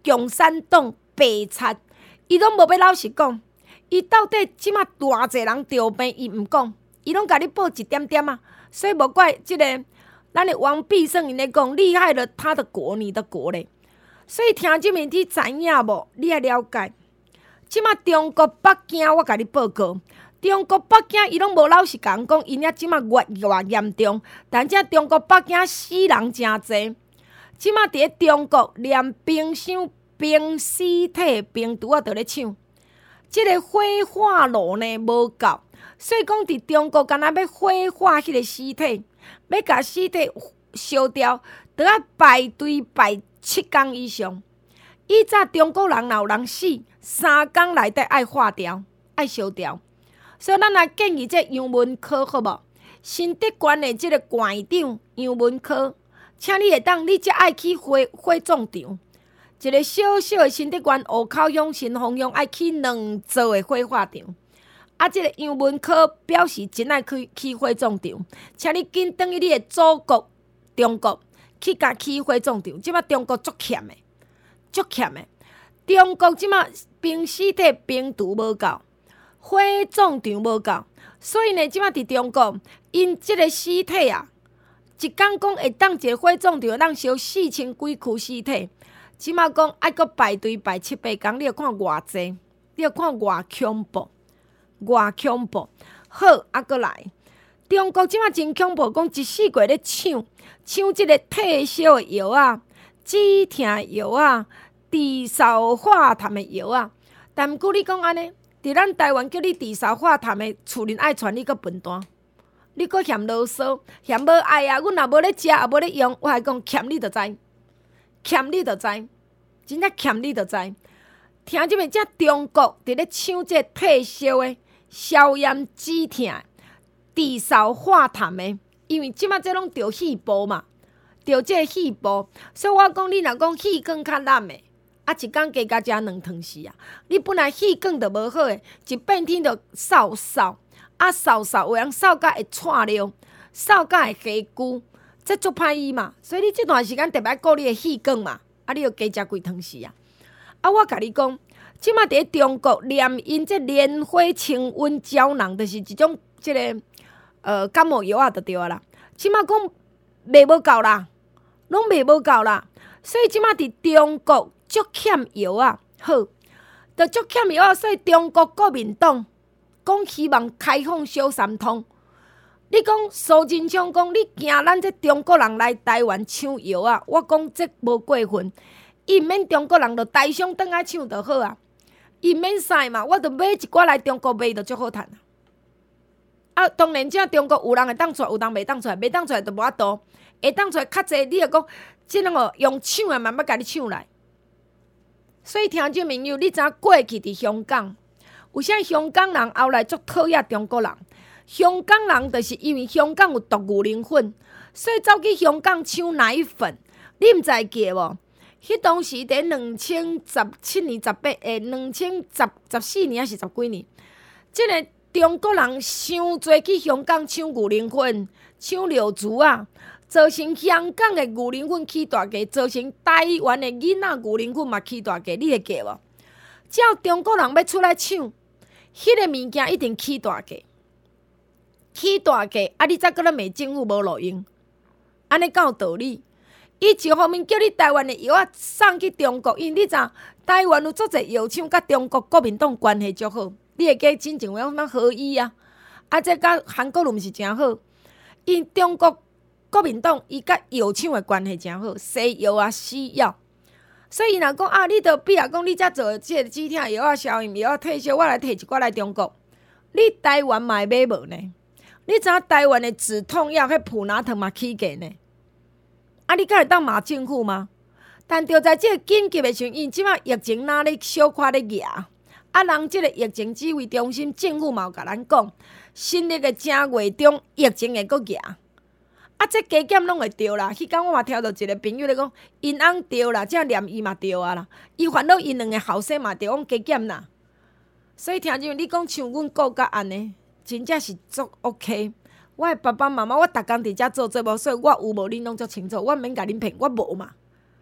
共产党白贼，伊拢无要老实讲。伊到底即马偌济人着病，伊毋讲，伊拢甲你报一点点啊。所以无怪即、这个咱的王必胜因咧讲，厉害了他的国，你的国咧。所以听即面你知影无？你也了解。即马中国北京，我甲你报告，中国北京伊拢无老实甲人讲，因遐即马越越严重，但遮中国北京死人诚济。即马伫咧中国，连冰箱冰尸体冰毒啊，都咧抢。即个火化炉呢无够，所以讲伫中国敢若要火化迄个尸体，要甲尸体烧掉，都要排队排七工以上。以早中国人若有人死，三工内底爱化掉，爱烧掉。所以咱来建议这杨文科好无？新德县的即个县长杨文科，请你会当，你才爱去火火葬场。一个小小的新德县湖口乡新丰乡爱起两座的火化场，啊！即、这个杨文科表示真爱去起火葬场，请你紧转去你的祖国中国去甲起火葬场。即马中国足欠的，足欠的。中国即马冰尸体冰毒无够，火葬场无够，所以呢，即马伫中国，因即个尸体啊，一工讲会当一个火葬场当烧四千几具尸体。即马讲爱阁排队排七八工，你要看偌济，你要看偌恐怖，偌恐怖。好，啊阁来，中国即马真恐怖，讲一四月咧抢抢即个退烧的药啊、止痛药啊、治烧化痰的药啊。但毋过你讲安尼，伫咱台湾叫你治烧化痰的厝人爱传你阁分单，你阁嫌啰嗦，嫌无爱啊！阮若无咧食，也无咧用，我还讲欠你就知。欠你就知，真正欠你就知。听即面，遮中国伫咧抢这退烧的、消炎止痛、治烧化痰的，因为即马这拢着气部嘛，着这气部，所以我讲你若讲气管较烂的，啊一工加加食两汤匙啊！你本来气管就无好的，一变天就扫扫，啊扫扫有人扫甲会串了，扫甲会下久。这足歹医嘛，所以你这段时间特别顾你的气管嘛，啊，你要加食几汤匙啊！啊，我甲你讲，即马伫中国念因这莲花清瘟胶囊，就是一种即、这个呃感冒药啊，就对啊啦。即马讲卖无够啦，拢卖无够啦，所以即马伫中国足欠药啊。好，就足欠药啊，所以中国国民党讲希望开放小三通。你讲苏贞昌讲，你惊咱这中国人来台湾抢药啊？我讲这无过分，伊毋免中国人就台商转来抢就好啊，伊毋免使嘛，我就买一寡来中国卖就足好趁啊。啊，当然，遮中国有人会当出来，有人袂当出来，袂当出来就无法度，会当出来较济，你就讲即种哦用抢的嘛，要甲你抢来。所以听众朋友，你知影过去伫香港，有啥香港人后来足讨厌中国人？香港人就是因为香港有毒牛奶粉，所以走去香港抢奶粉。你毋知记无？迄当时伫两千十七年、十八诶，两千十十四年还是十几年？即、这个中国人伤多去香港抢牛奶粉、抢柳珠啊，造成香港的牛奶粉起大价，造成台湾的囡仔牛奶粉嘛起大价。你会记无？只要中国人要出来抢，迄、那个物件一定起大价。起大价，啊！你再搁咧骂政府无路用，安尼敢有道理？伊一方面叫你台湾的药啊送去中国，因为你知台湾有足侪药厂，甲中国国民党关系足好，你会记真正有啥合医啊？啊，这甲韩国毋是诚好，因中国国民党伊甲药厂的关系诚好，西药啊、西药，所以若讲啊，你着比如讲你遮做即个止痛药啊、消炎药啊、退烧，我来摕一寡来中国，你台湾嘛会买无呢？你知影台湾的止痛药、迄普拿疼嘛起价呢？啊，你敢会当骂政府吗？但就在即个紧急的时阵，因即摆疫情哪咧小可咧压，啊，人即个疫情指挥中心政府嘛有甲咱讲，新历的正月中疫情会阁压，啊，这加减拢会着啦。迄天我嘛听到一个朋友咧讲，因翁着啦，这念伊嘛着啊啦，伊烦恼因两个后生嘛着讲加减啦。所以听众，你讲像阮顾甲安尼。真正是足 OK， 我的爸爸妈妈，我逐工伫遮做节目，所以我有无恁拢足清楚，我毋免甲恁骗，我无嘛，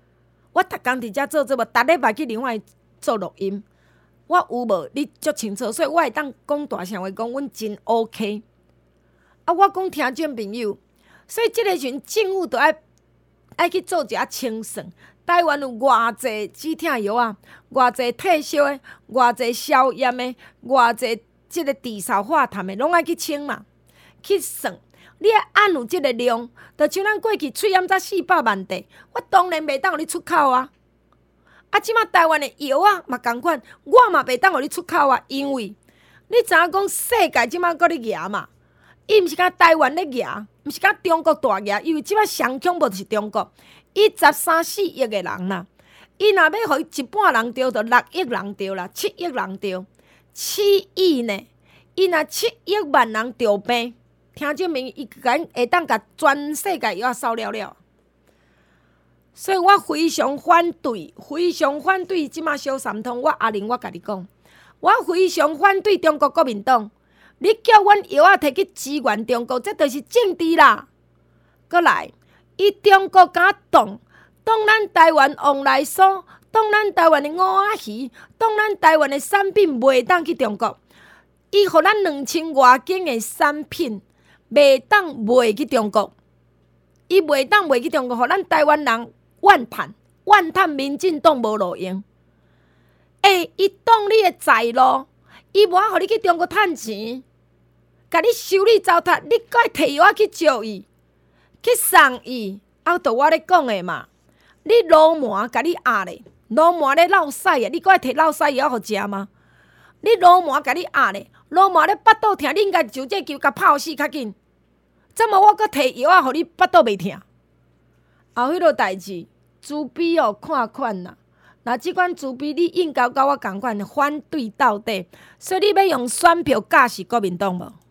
我逐工伫遮做做无，逐礼拜去另外做录音，我有无你足清楚，所以我会当讲大声话，讲阮真 OK。啊，我讲听众朋友，所以即个时阵政府着爱爱去做一下清算。台湾有偌济止痛药啊，偌济退烧的，偌济消炎的，偌济即个治嗽化痰的，拢爱去清嘛，去算。你爱按有即个量，就像咱过去喙炎才四百万块，我当然袂当互你出口啊。啊，即马台湾的药啊嘛共款，我嘛袂当互你出口啊，因为你知影讲世界即马搁咧举嘛。伊毋是甲台湾咧举，毋是甲中国大举，因为即摆上恐怖就是中国，伊十三四亿个人啦，伊若要互伊一半人着，就六亿人着啦，七亿人着，七亿呢？伊若七亿万人着病，听证明伊敢会当甲全世界药扫了了。所以我非常反对，非常反对即马小三通。我阿玲，我甲你讲，我非常反对中国国民党。你叫阮药仔摕去支援中国，这就是政治啦。搁来，伊中国敢动，动咱台湾往来所，动咱台湾的五仔鱼，动咱台湾的产品袂当去中国。伊互咱两千外斤的产品袂当卖去中国，伊袂当卖去中国，互咱台湾人怨叹，怨叹民进党无路用。诶，伊挡你的财路，伊无互你去中国趁钱。甲你修理糟蹋，你该摕药仔去招伊，去送伊，啊，就我咧讲的嘛。你老麻甲你压咧，老麻咧落屎啊，你该摕落屎药互食吗？你老麻甲你压咧，老麻咧腹肚疼，你应该就这球甲泡死较紧。怎么我搁摕药仔互你腹肚袂疼？后迄落代志，朱比哦看款啦。那即款朱比，你应该甲我共款反对到底，所以你要用选票教死国民党无？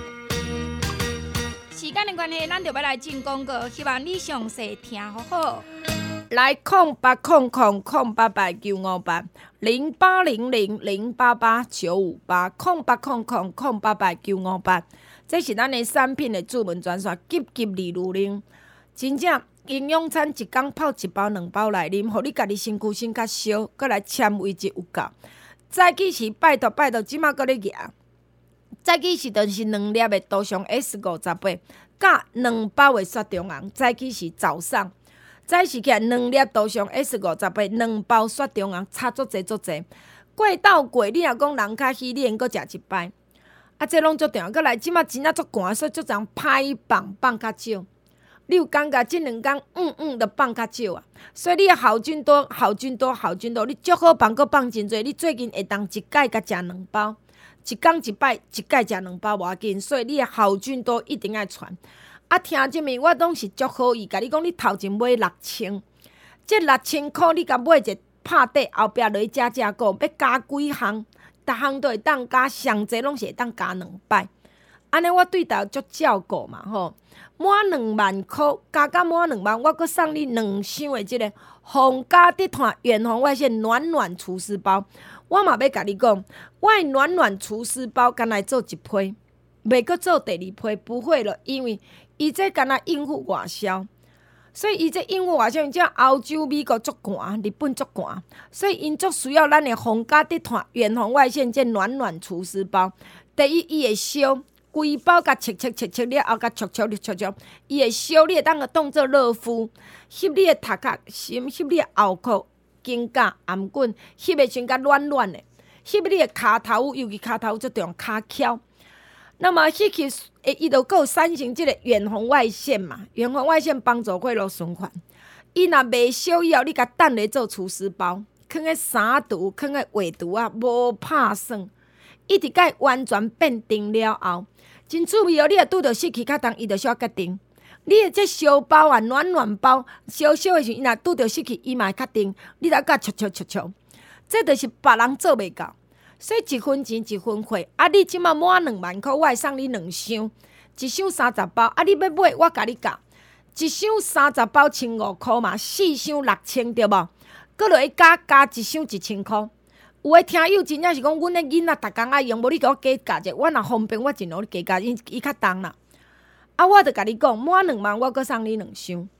时间的关系，咱就要来进广告，希望你详细听好好。 来空八空空空八八九五八零八零零零八八九五八空八空空空八八九五八，这是咱的产品的主文专线，急急二如零，真正营养餐一工泡一包两包来啉，互你家己身躯先较烧，搁来纤维质有够。早起是拜托拜托，即马搁咧举。早起是就是两粒的多上 S 五十八，甲两包的雪中红。早起是早上，早是起来两粒多上 S 五十八，两包雪中红，差足济足济。过到过，你若讲人较虚，你应搁食一摆。啊，这拢足重要。搁来，即马真仔足寒，所以足人歹放放较少。你有感觉即两工嗯嗯，着放较少啊？所以你好菌多，好菌多，好菌多，你足好放，搁放真侪。你最近会当一摆甲食两包。一工一摆，一摆食两包无要紧，所以你的好菌都一定要传。啊，听即面我拢是足好意，甲你讲，你头前买六千，这六千箍你甲买一个拍底，后壁落去加加购，要加几项，逐项都会当加，上济拢是会当加两摆。安尼我对头足照顾嘛吼，满两万箍，加到满两万，我阁送你两箱的即个皇家地毯远红外线暖暖除湿包。我嘛要甲你讲，我的暖暖除湿包干来做一批，袂阁做第二批，不会了，因为伊这干来应付外销，所以伊这应付外销，即欧洲、美国足寒，日本足寒，所以因足需要咱的皇家地毯远红外线这暖暖除湿包。第一，伊会烧。规包甲切切切切了后，甲戳戳戳戳，伊会烧，你会当个当做热敷，翕你的头壳，先翕你的后裤、肩胛、颔棍，翕的先甲软软的，翕你的骹头，尤其骹头最重要，骹翘。那么翕去，诶，伊就有产生即个远红外线嘛，远红外线帮助血液循环。伊若袂烧以后，你甲等咧做除湿包，放个三除，放个画除啊，无拍算，一直甲完全变定了后。真趣味哦！你若拄着湿气较重，伊就小决定。你的这烧包啊，暖暖包，烧烧的时阵，伊若拄着湿气，伊嘛会较定。你来甲戳戳戳戳，这就是别人做袂到。所以一分钱一分货。啊，你即马满两万箍，我会送你两箱，一箱三十包。啊，你要买，我甲你教，一箱三十包千五箍嘛，四箱六千对无？搁落去加加一箱一千箍。有诶听友真正是讲，阮诶囡仔逐工爱用，无你甲我加加者，我若方便，我尽量加加，因伊较重啦。啊，我着甲你讲，满两万我阁送你两箱，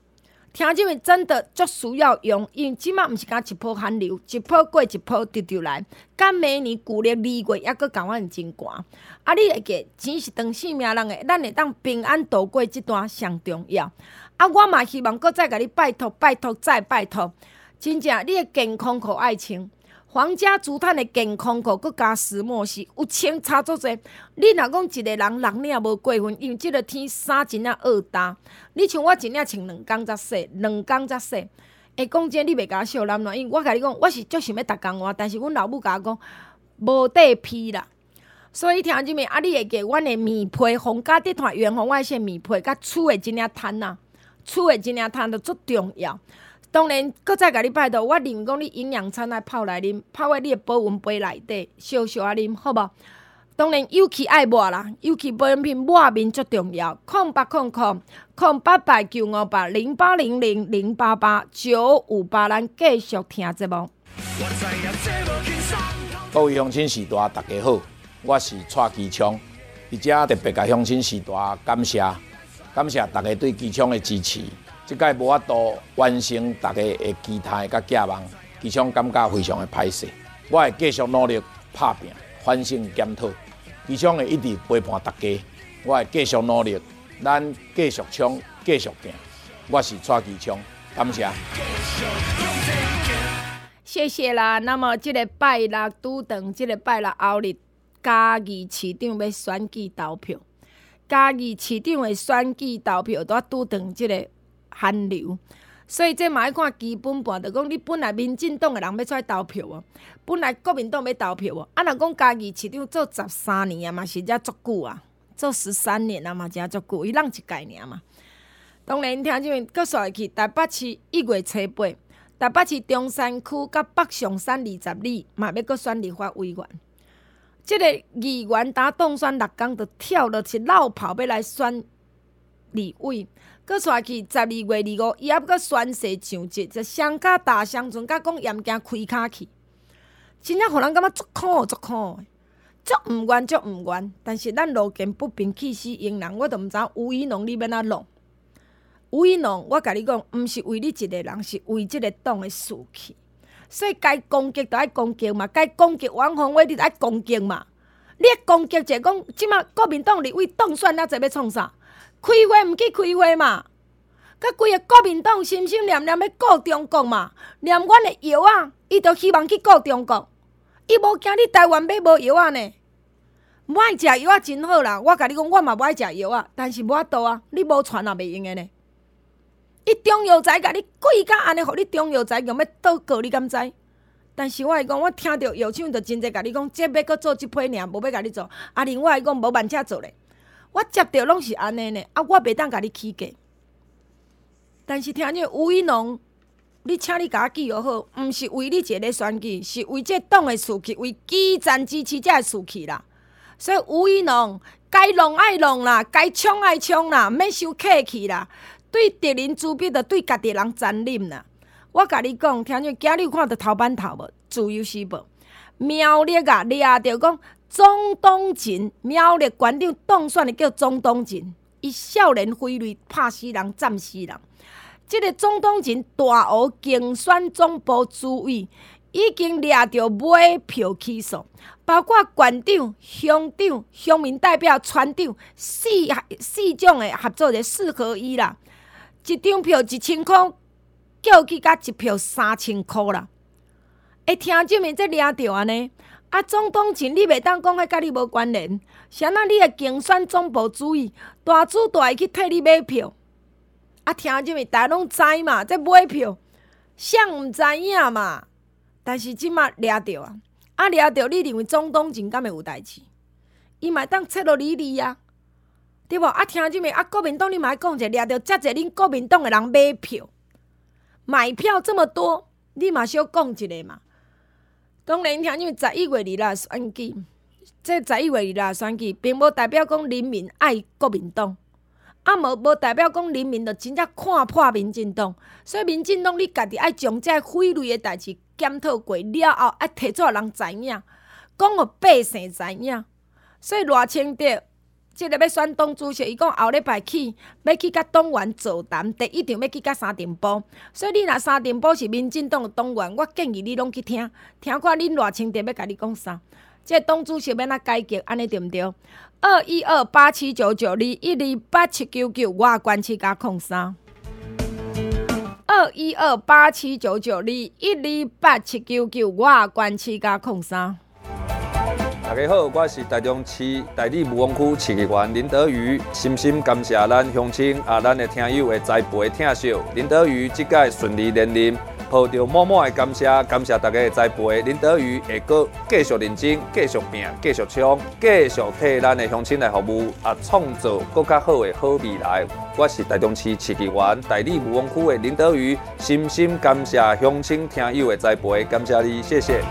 听姐妹真的足需要用，因为即马毋是敢一波寒流，一波过一波直直来。甲明年旧历二月还佫共阮真寒，啊！你会记钱是长性命人诶，咱会当平安度过即段上重要。啊，我嘛希望佫再甲你拜托、拜托再拜托，真正你诶健康裤爱穿。皇家竹炭的健康裤，佮加石墨烯，有穿差足侪。你若讲一个人六领无过分，因为即个天衫真正恶干。你像我真正穿两工才洗，两工才洗。会讲真，你袂甲我笑男卵，因为我甲你讲，我是足想要逐工换，但是阮老母甲我讲无地批啦。所以听姐妹，啊，你会记阮的棉被，皇家集团原红外线棉被，甲厝的真领毯啊，厝的真领毯都足重要。当然，搁再甲你拜托，我认为讲你营养餐来泡来啉，泡在你的保温杯内底，小小啊啉，好无？当然，尤其爱抹啦，尤其保养品抹面足重要。空八空空空八八九五八零八零零零八八九五八，咱继续听节目。 各位乡亲时代，大家好，我是蔡其昌，伫遮特别甲乡亲时代感谢，感谢大家对其昌的支持。即届无法度完成大家的期待甲寄望，其昌感觉非常的歹势。我会继续努力拍拼，反省检讨，其昌会一直陪伴大家。我会继续努力，咱继续冲，继续行。我是蔡其昌，感谢。 谢谢啦。那么，即个拜六拄长，即个拜六后日，嘉义市长要选举投票，嘉义市长的选举投票都拄长即个寒流，所以这嘛要看基本盘，就讲你本来民进党的人要出来投票哦，本来国民党要投票哦。啊，若讲嘉义市长做十三年啊嘛，是遮足久啊，做十三年啊嘛，真足久，伊人一届尔嘛。当然，听姐妹，搁续去台北市一月初八，台北市中山区甲北上山二十里嘛要搁选立法委员。即、這个议员打当选六工，就跳落去绕跑要来选立委。搁带去十二月二五，伊还搁宣誓上节，就双脚大双船，甲讲严惊开骹去，真正互人感觉足苦足苦的，足毋愿足毋愿。但是咱路见不平，气死英人，我都毋知吴怡农你要哪弄。吴怡农，我甲你讲，毋是为你一个人，是为即个党的士气。所以该攻击就爱攻击嘛，该攻击王宏伟你就爱攻击嘛。你爱攻击者讲，即马国民党立委当选了，才要创啥？开会毋去开会嘛？甲规个国民党心心念念要顾中国嘛？念阮的药啊，伊就希望去顾中国。伊无惊你台湾买无药啊呢？无爱食药啊真好啦！我甲你讲，我嘛无爱食药啊，但是无法度啊，你无传也袂用的呢。伊中药材甲你贵甲安尼，互你中药材用要倒告，你敢知？但是我会讲，我听到药厂就真侪甲你讲，这要搁做即批尔，无要甲你做。啊，另外讲无慢车做咧。我接到拢是安尼呢，啊，我袂当甲你起价。但是听见吴怡农，你请你甲我记好好，毋是为你一个选举，是为这党的士气，为基层支持者的士气啦。所以吴怡农该弄爱弄啦，该冲爱冲啦，免受客气啦。对敌人资笔，就对家己人残忍啦。我甲你讲，听见今日有看到头版头无？自由时报苗栗啊，掠着讲。钟东锦，苗栗县长当选的叫钟东锦，伊少年挥泪拍死人、斩死人。这个钟东锦大学竞选总部主委，已经掠着买票起诉，包括县长、乡长、乡民代表、村长四四种的合作的四合一啦。一张票一千块，叫去甲一票三千块啦。会听这面这掠着安尼？啊，总统前你袂当讲迄甲你无关联，啥那你的竞选总部主意，大主大会去替你买票。啊，听这么大家拢知嘛，这买票，谁毋知影嘛？但是即马掠着啊，啊掠着，你认为总统前敢会有代志？伊嘛当切落理理啊，对无？啊，听这么啊，国民党你嘛讲者，掠着遮济恁国民党的人买票，买票这么多，你嘛小讲一个嘛。当然，听因为十一月二日选举，这十一月二日选举，并无代表讲人民爱国民党，啊无无代表讲人民就真正看破民进党。所以民进党你家己爱将这匪类的代志检讨过了后，爱提出来人知影，讲互百姓知影。所以赖清德即个要选党主席，伊讲后礼拜起要去甲党员座谈，第一场要去甲三重埔。所以你若三重埔是民进党的党员，我建议你拢去听，听看恁偌清地要甲你讲啥。即个党主席要哪改革，安尼对毋对？二一二八七九九二一二八七九九外关七加空三。二一二八七九九二一二八七九九外关七加空三。 大家好，我是台中市大理武王区市议员林德瑜，深深感谢咱乡亲啊，咱的听友的栽培疼惜。林德瑜即届顺利连任，抱着满满的感谢，感谢大家的栽培。林德瑜会阁继续认真，继续拼，继续冲，继续替咱的乡亲来服务，啊，创造更较好的好未来。我是台中市市议员大理武王区的林德瑜，深深感谢乡亲听友的栽培，感谢你，谢谢。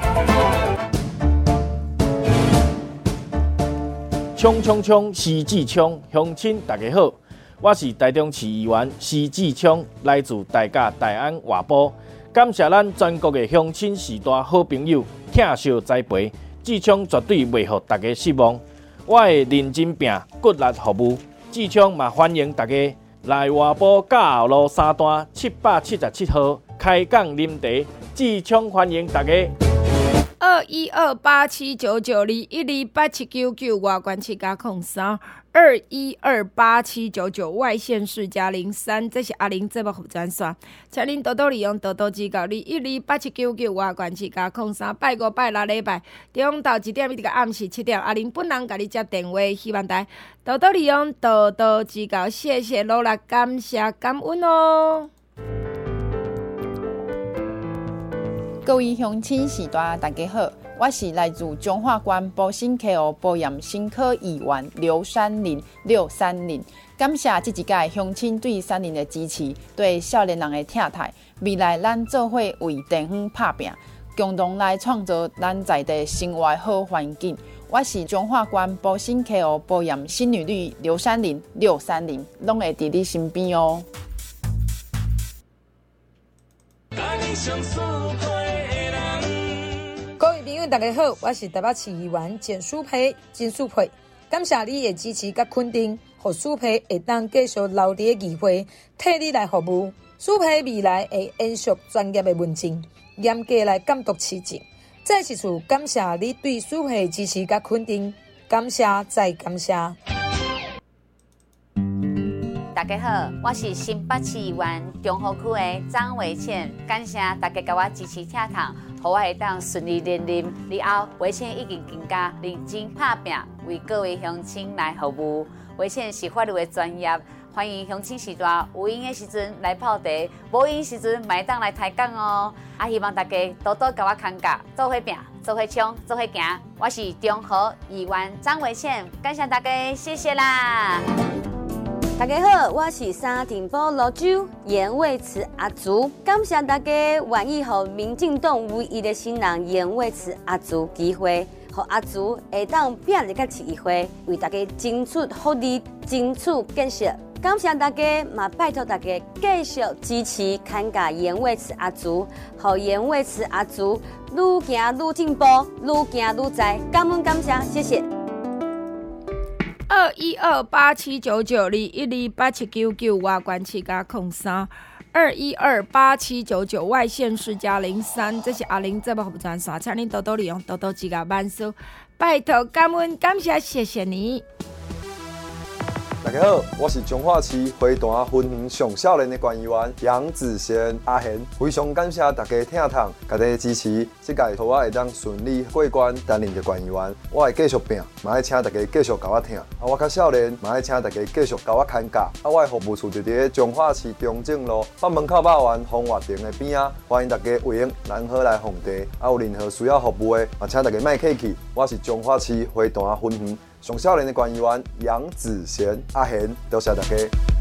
冲冲冲！施志聪，乡亲大家好，我是台中市议员施志聪，来自大甲大安外埔。感谢咱全国的乡亲士大好朋友疼惜栽培，志聪绝对袂互大家失望。我会认真拼，骨力服务。志聪嘛欢迎大家来外埔甲后路三段七百七十七号开讲啉茶。志聪欢迎大家。 二一二八七九九二一二八七九九外关七加空三二一二八七九九外县市加零三，这是阿玲节目服专线，请您多多利用，多多指教。二一二八七九九外关七加空三，拜五拜六礼拜中昼一点一直到暗时七点，阿玲本人甲你接电话，希望大家多多利用，多多指教，谢谢努力，感谢感恩哦。 各位乡亲士大大家好，我是来自彰化县保新科学保养新科议员刘山林刘山林，感谢这一届乡亲对山林的支持，对少年人的疼爱。未来咱做伙为地方打拼，共同来创造咱在地生活好环境。我是彰化县保新科学保养新女女刘山林刘山林，拢会伫你身边哦。 各位朋友，大家好，我是台北市议员简淑培，简淑培。感谢你的支持甲肯定，让淑培会当继续留伫个议会，替你来服务。淑培未来会延续专业的问政，严格来监督市政。再一次感谢你对淑培的支持甲肯定，感谢再感谢。 大家好，我是新北市议员中和区的张维倩，感谢大家给我支持听堂，让我会当顺利连任。以后，维倩已经更加认真打拼，为各位乡亲来服务。维倩是法律的专业，欢迎乡亲时代有闲的时阵来泡茶，无闲时阵买当来抬杠哦。啊，希望大家多多给我看教，做伙拼，做伙冲，做伙行。我是中和议员张维倩，感谢大家，谢谢啦。 大家好，我是三重埔罗州严伟慈阿竹，感谢大家愿意给民进党唯一的新人严伟慈阿竹机会，让阿竹会当拼入个市议会，为大家争取福利、争取建设。感谢大家，嘛拜托大家继续支持看家严伟慈阿竹，让严伟慈阿竹愈行愈进步，愈行愈在。感恩感谢，谢谢。 二一二八七九九二一二八七九九外关七加空三二一二八七九九外县市加零三，这是阿玲节目服务专线，请您多多利用，多多指教万事，拜托感恩感谢，谢谢你。 大家好，我是彰化市花坛分园上少年的管议员杨子贤阿贤，非常感谢大家听堂，大家支持，这届让我会当顺利过关担任的管议员，我会继续拼，嘛要请大家继续甲我听，啊，我较少年，嘛要请大家继续甲我看教，啊，我的服务处就伫彰化市中正路北门口肉圆风华亭的边仔，欢迎大家有闲南河来奉茶，啊，有任何需要服务的，嘛请大家莫客气，我是彰化市花坛分园上少年的管议员杨子贤阿贤，多谢大家。